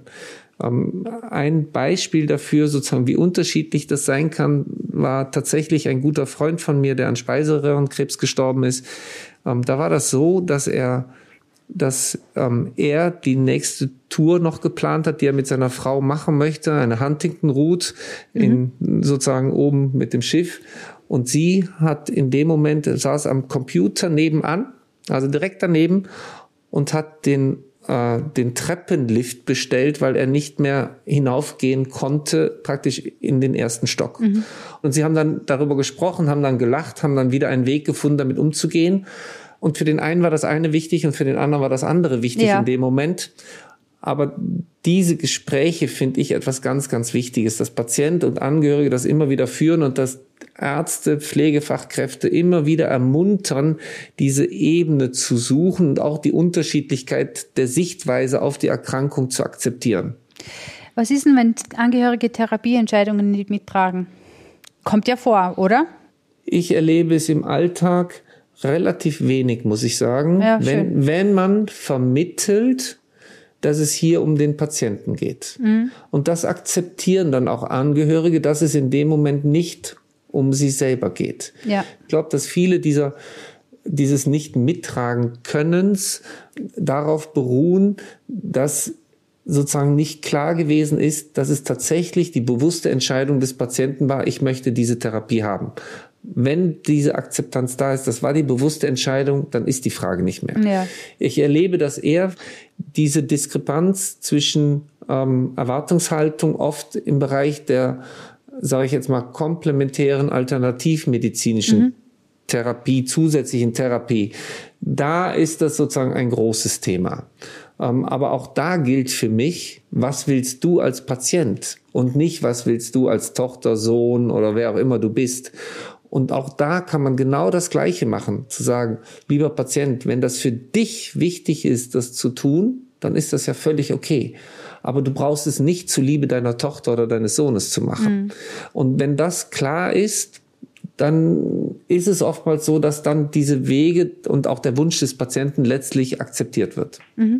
Ein Beispiel dafür, sozusagen, wie unterschiedlich das sein kann, war tatsächlich ein guter Freund von mir, der an Speiseröhrenkrebs gestorben ist. Da war das so, dass er, dass er die nächste Tour noch geplant hat, die er mit seiner Frau machen möchte, eine Huntington Route in, mhm. sozusagen oben mit dem Schiff. Und sie hat in dem Moment, saß am Computer nebenan, also direkt daneben, und hat den den Treppenlift bestellt, weil er nicht mehr hinaufgehen konnte, praktisch in den ersten Stock. Mhm. Und sie haben dann darüber gesprochen, haben dann gelacht, haben dann wieder einen Weg gefunden, damit umzugehen. Und für den einen war das eine wichtig und für den anderen war das andere wichtig ja. in dem Moment. Aber diese Gespräche finde ich etwas ganz, ganz Wichtiges, dass Patient und Angehörige das immer wieder führen und dass Ärzte, Pflegefachkräfte immer wieder ermuntern, diese Ebene zu suchen und auch die Unterschiedlichkeit der Sichtweise auf die Erkrankung zu akzeptieren. Was ist denn, wenn Angehörige Therapieentscheidungen nicht mittragen? Kommt ja vor, oder? Ich erlebe es im Alltag relativ wenig, muss ich sagen. Ja, wenn, wenn man vermittelt, dass es hier um den Patienten geht. Mhm. Und das akzeptieren dann auch Angehörige, dass es in dem Moment nicht um sie selber geht. Ja. Ich glaube, dass viele dieser dieses Nicht-Mittragen-Könnens darauf beruhen, dass sozusagen nicht klar gewesen ist, dass es tatsächlich die bewusste Entscheidung des Patienten war, ich möchte diese Therapie haben. Wenn diese Akzeptanz da ist, das war die bewusste Entscheidung, dann ist die Frage nicht mehr. Ja. Ich erlebe, dass eher diese Diskrepanz zwischen ähm, Erwartungshaltung oft im Bereich der, sage ich jetzt mal, komplementären alternativmedizinischen mhm. Therapie, zusätzlichen Therapie, da ist das sozusagen ein großes Thema. Ähm, aber auch da gilt für mich, was willst du als Patient und nicht, was willst du als Tochter, Sohn oder wer auch immer du bist. Und auch da kann man genau das Gleiche machen, zu sagen, lieber Patient, wenn das für dich wichtig ist, das zu tun, dann ist das ja völlig okay. Aber du brauchst es nicht zuliebe deiner Tochter oder deines Sohnes zu machen. Mhm. Und wenn das klar ist, dann ist es oftmals so, dass dann diese Wege und auch der Wunsch des Patienten letztlich akzeptiert wird. Mhm.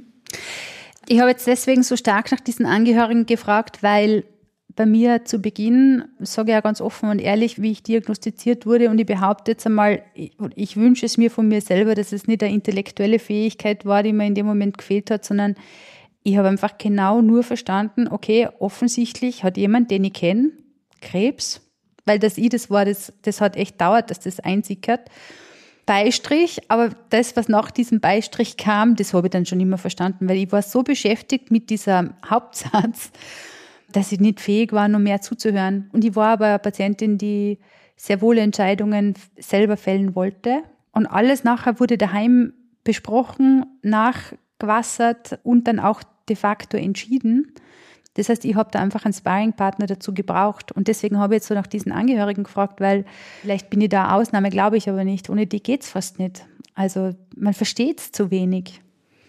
Ich habe jetzt deswegen so stark nach diesen Angehörigen gefragt, weil bei mir zu Beginn, sage ich ja ganz offen und ehrlich, wie ich diagnostiziert wurde, und ich behaupte jetzt einmal, ich, ich wünsche es mir von mir selber, dass es nicht eine intellektuelle Fähigkeit war, die mir in dem Moment gefehlt hat, sondern ich habe einfach genau nur verstanden, okay, offensichtlich hat jemand, den ich kenne, Krebs, weil das ich das war, das, das hat echt dauert, dass das einsickert. Beistrich, aber das, was nach diesem Beistrich kam, das habe ich dann schon immer verstanden, weil ich war so beschäftigt mit diesem Hauptsatz, dass ich nicht fähig war, noch mehr zuzuhören. Und ich war aber eine Patientin, die sehr wohl Entscheidungen selber fällen wollte. Und alles nachher wurde daheim besprochen, nachgewassert und dann auch de facto entschieden. Das heißt, ich habe da einfach einen Sparringpartner dazu gebraucht. Und deswegen habe ich jetzt so nach diesen Angehörigen gefragt, weil vielleicht bin ich da eine Ausnahme, glaube ich aber nicht. Ohne die geht es fast nicht. Also man versteht es zu wenig.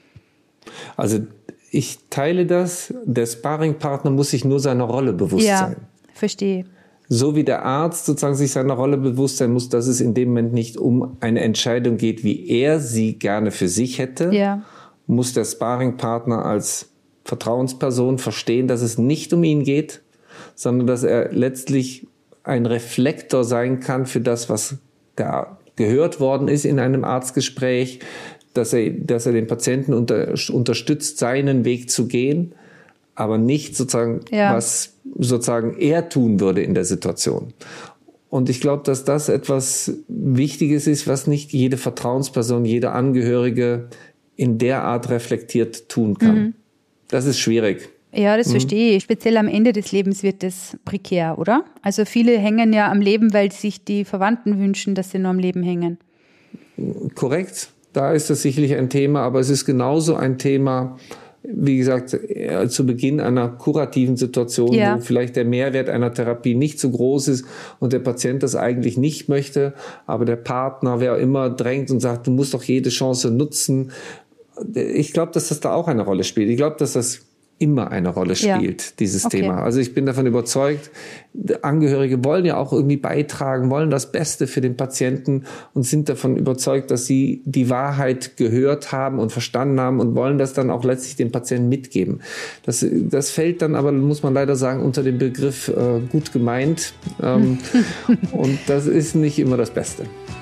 Also ich teile das. Der Sparringpartner muss sich nur seiner Rolle bewusst ja, sein. Ja, verstehe. So wie der Arzt sozusagen sich seiner Rolle bewusst sein muss, dass es in dem Moment nicht um eine Entscheidung geht, wie er sie gerne für sich hätte, ja. muss der Sparringpartner als Vertrauensperson verstehen, dass es nicht um ihn geht, sondern dass er letztlich ein Reflektor sein kann für das, was da gehört worden ist in einem Arztgespräch, dass er, dass er den Patienten unter, unterstützt, seinen Weg zu gehen, aber nicht sozusagen, ja. was sozusagen er tun würde in der Situation. Und ich glaube, dass das etwas Wichtiges ist, was nicht jede Vertrauensperson, jeder Angehörige in der Art reflektiert tun kann. Mhm. Das ist schwierig. Ja, das mhm. verstehe ich. Speziell am Ende des Lebens wird das prekär, oder? Also viele hängen ja am Leben, weil sich die Verwandten wünschen, dass sie nur am Leben hängen. Korrekt. Da ist das sicherlich ein Thema, aber es ist genauso ein Thema, wie gesagt, zu Beginn einer kurativen Situation, ja. wo vielleicht der Mehrwert einer Therapie nicht so groß ist und der Patient das eigentlich nicht möchte, aber der Partner, wer immer drängt und sagt, du musst doch jede Chance nutzen. Ich glaube, dass das da auch eine Rolle spielt. Ich glaube, dass das immer eine Rolle spielt, ja. dieses okay. Thema. Also ich bin davon überzeugt, Angehörige wollen ja auch irgendwie beitragen, wollen das Beste für den Patienten und sind davon überzeugt, dass sie die Wahrheit gehört haben und verstanden haben und wollen das dann auch letztlich dem Patienten mitgeben. Das, das fällt dann aber, muss man leider sagen, unter den Begriff äh, gut gemeint. Ähm, und das ist nicht immer das Beste.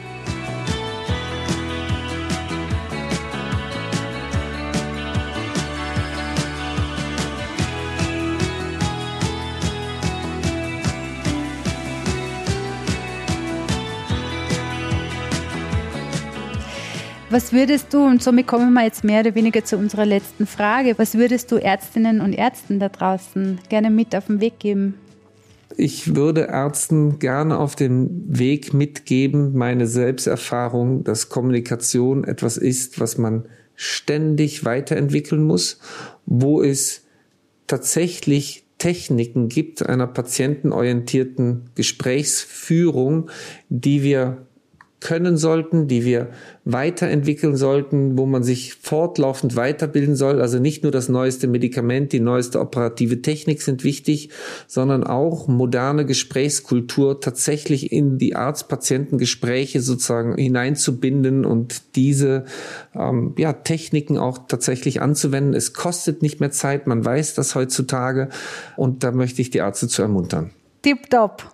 Was würdest du, und somit kommen wir jetzt mehr oder weniger zu unserer letzten Frage, was würdest du Ärztinnen und Ärzten da draußen gerne mit auf den Weg geben? Ich würde Ärzten gerne auf den Weg mitgeben, meine Selbsterfahrung, dass Kommunikation etwas ist, was man ständig weiterentwickeln muss, wo es tatsächlich Techniken gibt einer patientenorientierten Gesprächsführung, die wir können sollten, die wir weiterentwickeln sollten, wo man sich fortlaufend weiterbilden soll. Also nicht nur das neueste Medikament, die neueste operative Technik sind wichtig, sondern auch moderne Gesprächskultur tatsächlich in die Arzt-Patienten-Gespräche sozusagen hineinzubinden und diese ähm, ja, Techniken auch tatsächlich anzuwenden. Es kostet nicht mehr Zeit, man weiß das heutzutage und da möchte ich die Ärzte zu ermuntern. Tipptopp.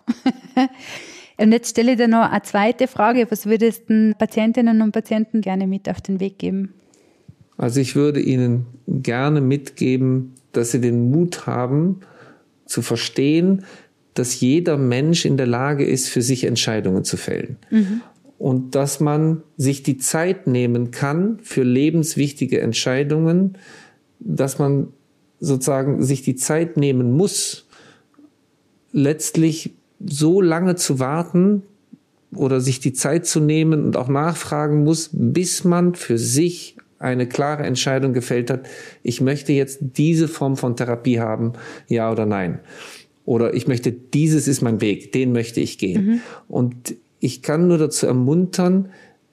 Und jetzt stelle ich dir noch eine zweite Frage. Was würdest du Patientinnen und Patienten gerne mit auf den Weg geben? Also ich würde ihnen gerne mitgeben, dass sie den Mut haben, zu verstehen, dass jeder Mensch in der Lage ist, für sich Entscheidungen zu fällen. Mhm. Und dass man sich die Zeit nehmen kann für lebenswichtige Entscheidungen, dass man sozusagen sich die Zeit nehmen muss, letztlich so lange zu warten oder sich die Zeit zu nehmen und auch nachfragen muss, bis man für sich eine klare Entscheidung gefällt hat, ich möchte jetzt diese Form von Therapie haben, ja oder nein. Oder ich möchte, dieses ist mein Weg, den möchte ich gehen. Mhm. Und ich kann nur dazu ermuntern,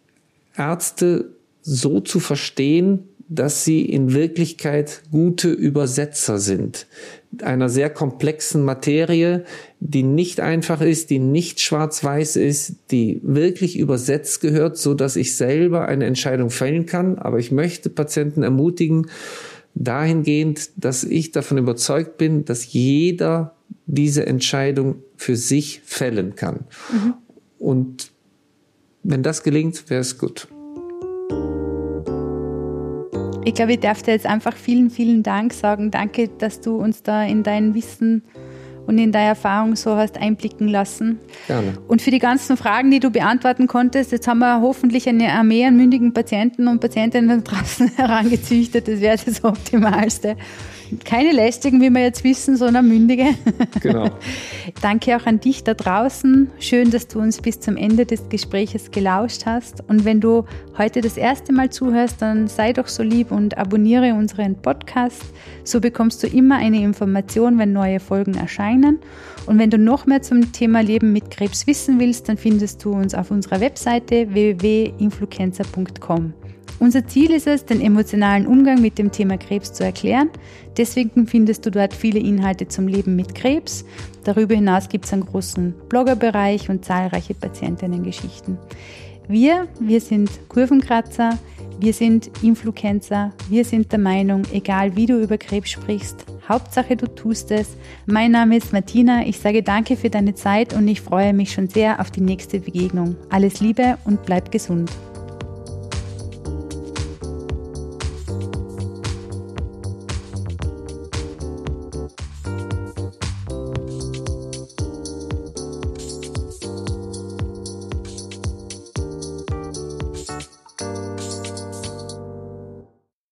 Ärzte so zu verstehen, dass sie in Wirklichkeit gute Übersetzer sind. Einer sehr komplexen Materie, die nicht einfach ist, die nicht schwarz-weiß ist, die wirklich übersetzt gehört, so dass ich selber eine Entscheidung fällen kann. Aber ich möchte Patienten ermutigen, dahingehend, dass ich davon überzeugt bin, dass jeder diese Entscheidung für sich fällen kann. Mhm. Und wenn das gelingt, wäre es gut. Ich glaube, ich darf dir jetzt einfach vielen, vielen Dank sagen. Danke, dass du uns da in dein Wissen und in deine Erfahrung so hast einblicken lassen. Gerne. Und für die ganzen Fragen, die du beantworten konntest, jetzt haben wir hoffentlich eine Armee an mündigen Patienten und Patientinnen draußen herangezüchtet. Das wäre das Optimalste. Keine lästigen, wie wir jetzt wissen, sondern mündige. Genau. Danke auch an dich da draußen. Schön, dass du uns bis zum Ende des Gespräches gelauscht hast. Und wenn du heute das erste Mal zuhörst, dann sei doch so lieb und abonniere unseren Podcast. So bekommst du immer eine Information, wenn neue Folgen erscheinen. Und wenn du noch mehr zum Thema Leben mit Krebs wissen willst, dann findest du uns auf unserer Webseite w w w punkt influencer punkt com. Unser Ziel ist es, den emotionalen Umgang mit dem Thema Krebs zu erklären. Deswegen findest du dort viele Inhalte zum Leben mit Krebs. Darüber hinaus gibt es einen großen Bloggerbereich und zahlreiche Patientinnengeschichten. Wir, wir sind Kurvenkratzer, wir sind Influencer, wir sind der Meinung, egal wie du über Krebs sprichst, Hauptsache du tust es. Mein Name ist Martina, ich sage danke für deine Zeit und ich freue mich schon sehr auf die nächste Begegnung. Alles Liebe und bleib gesund.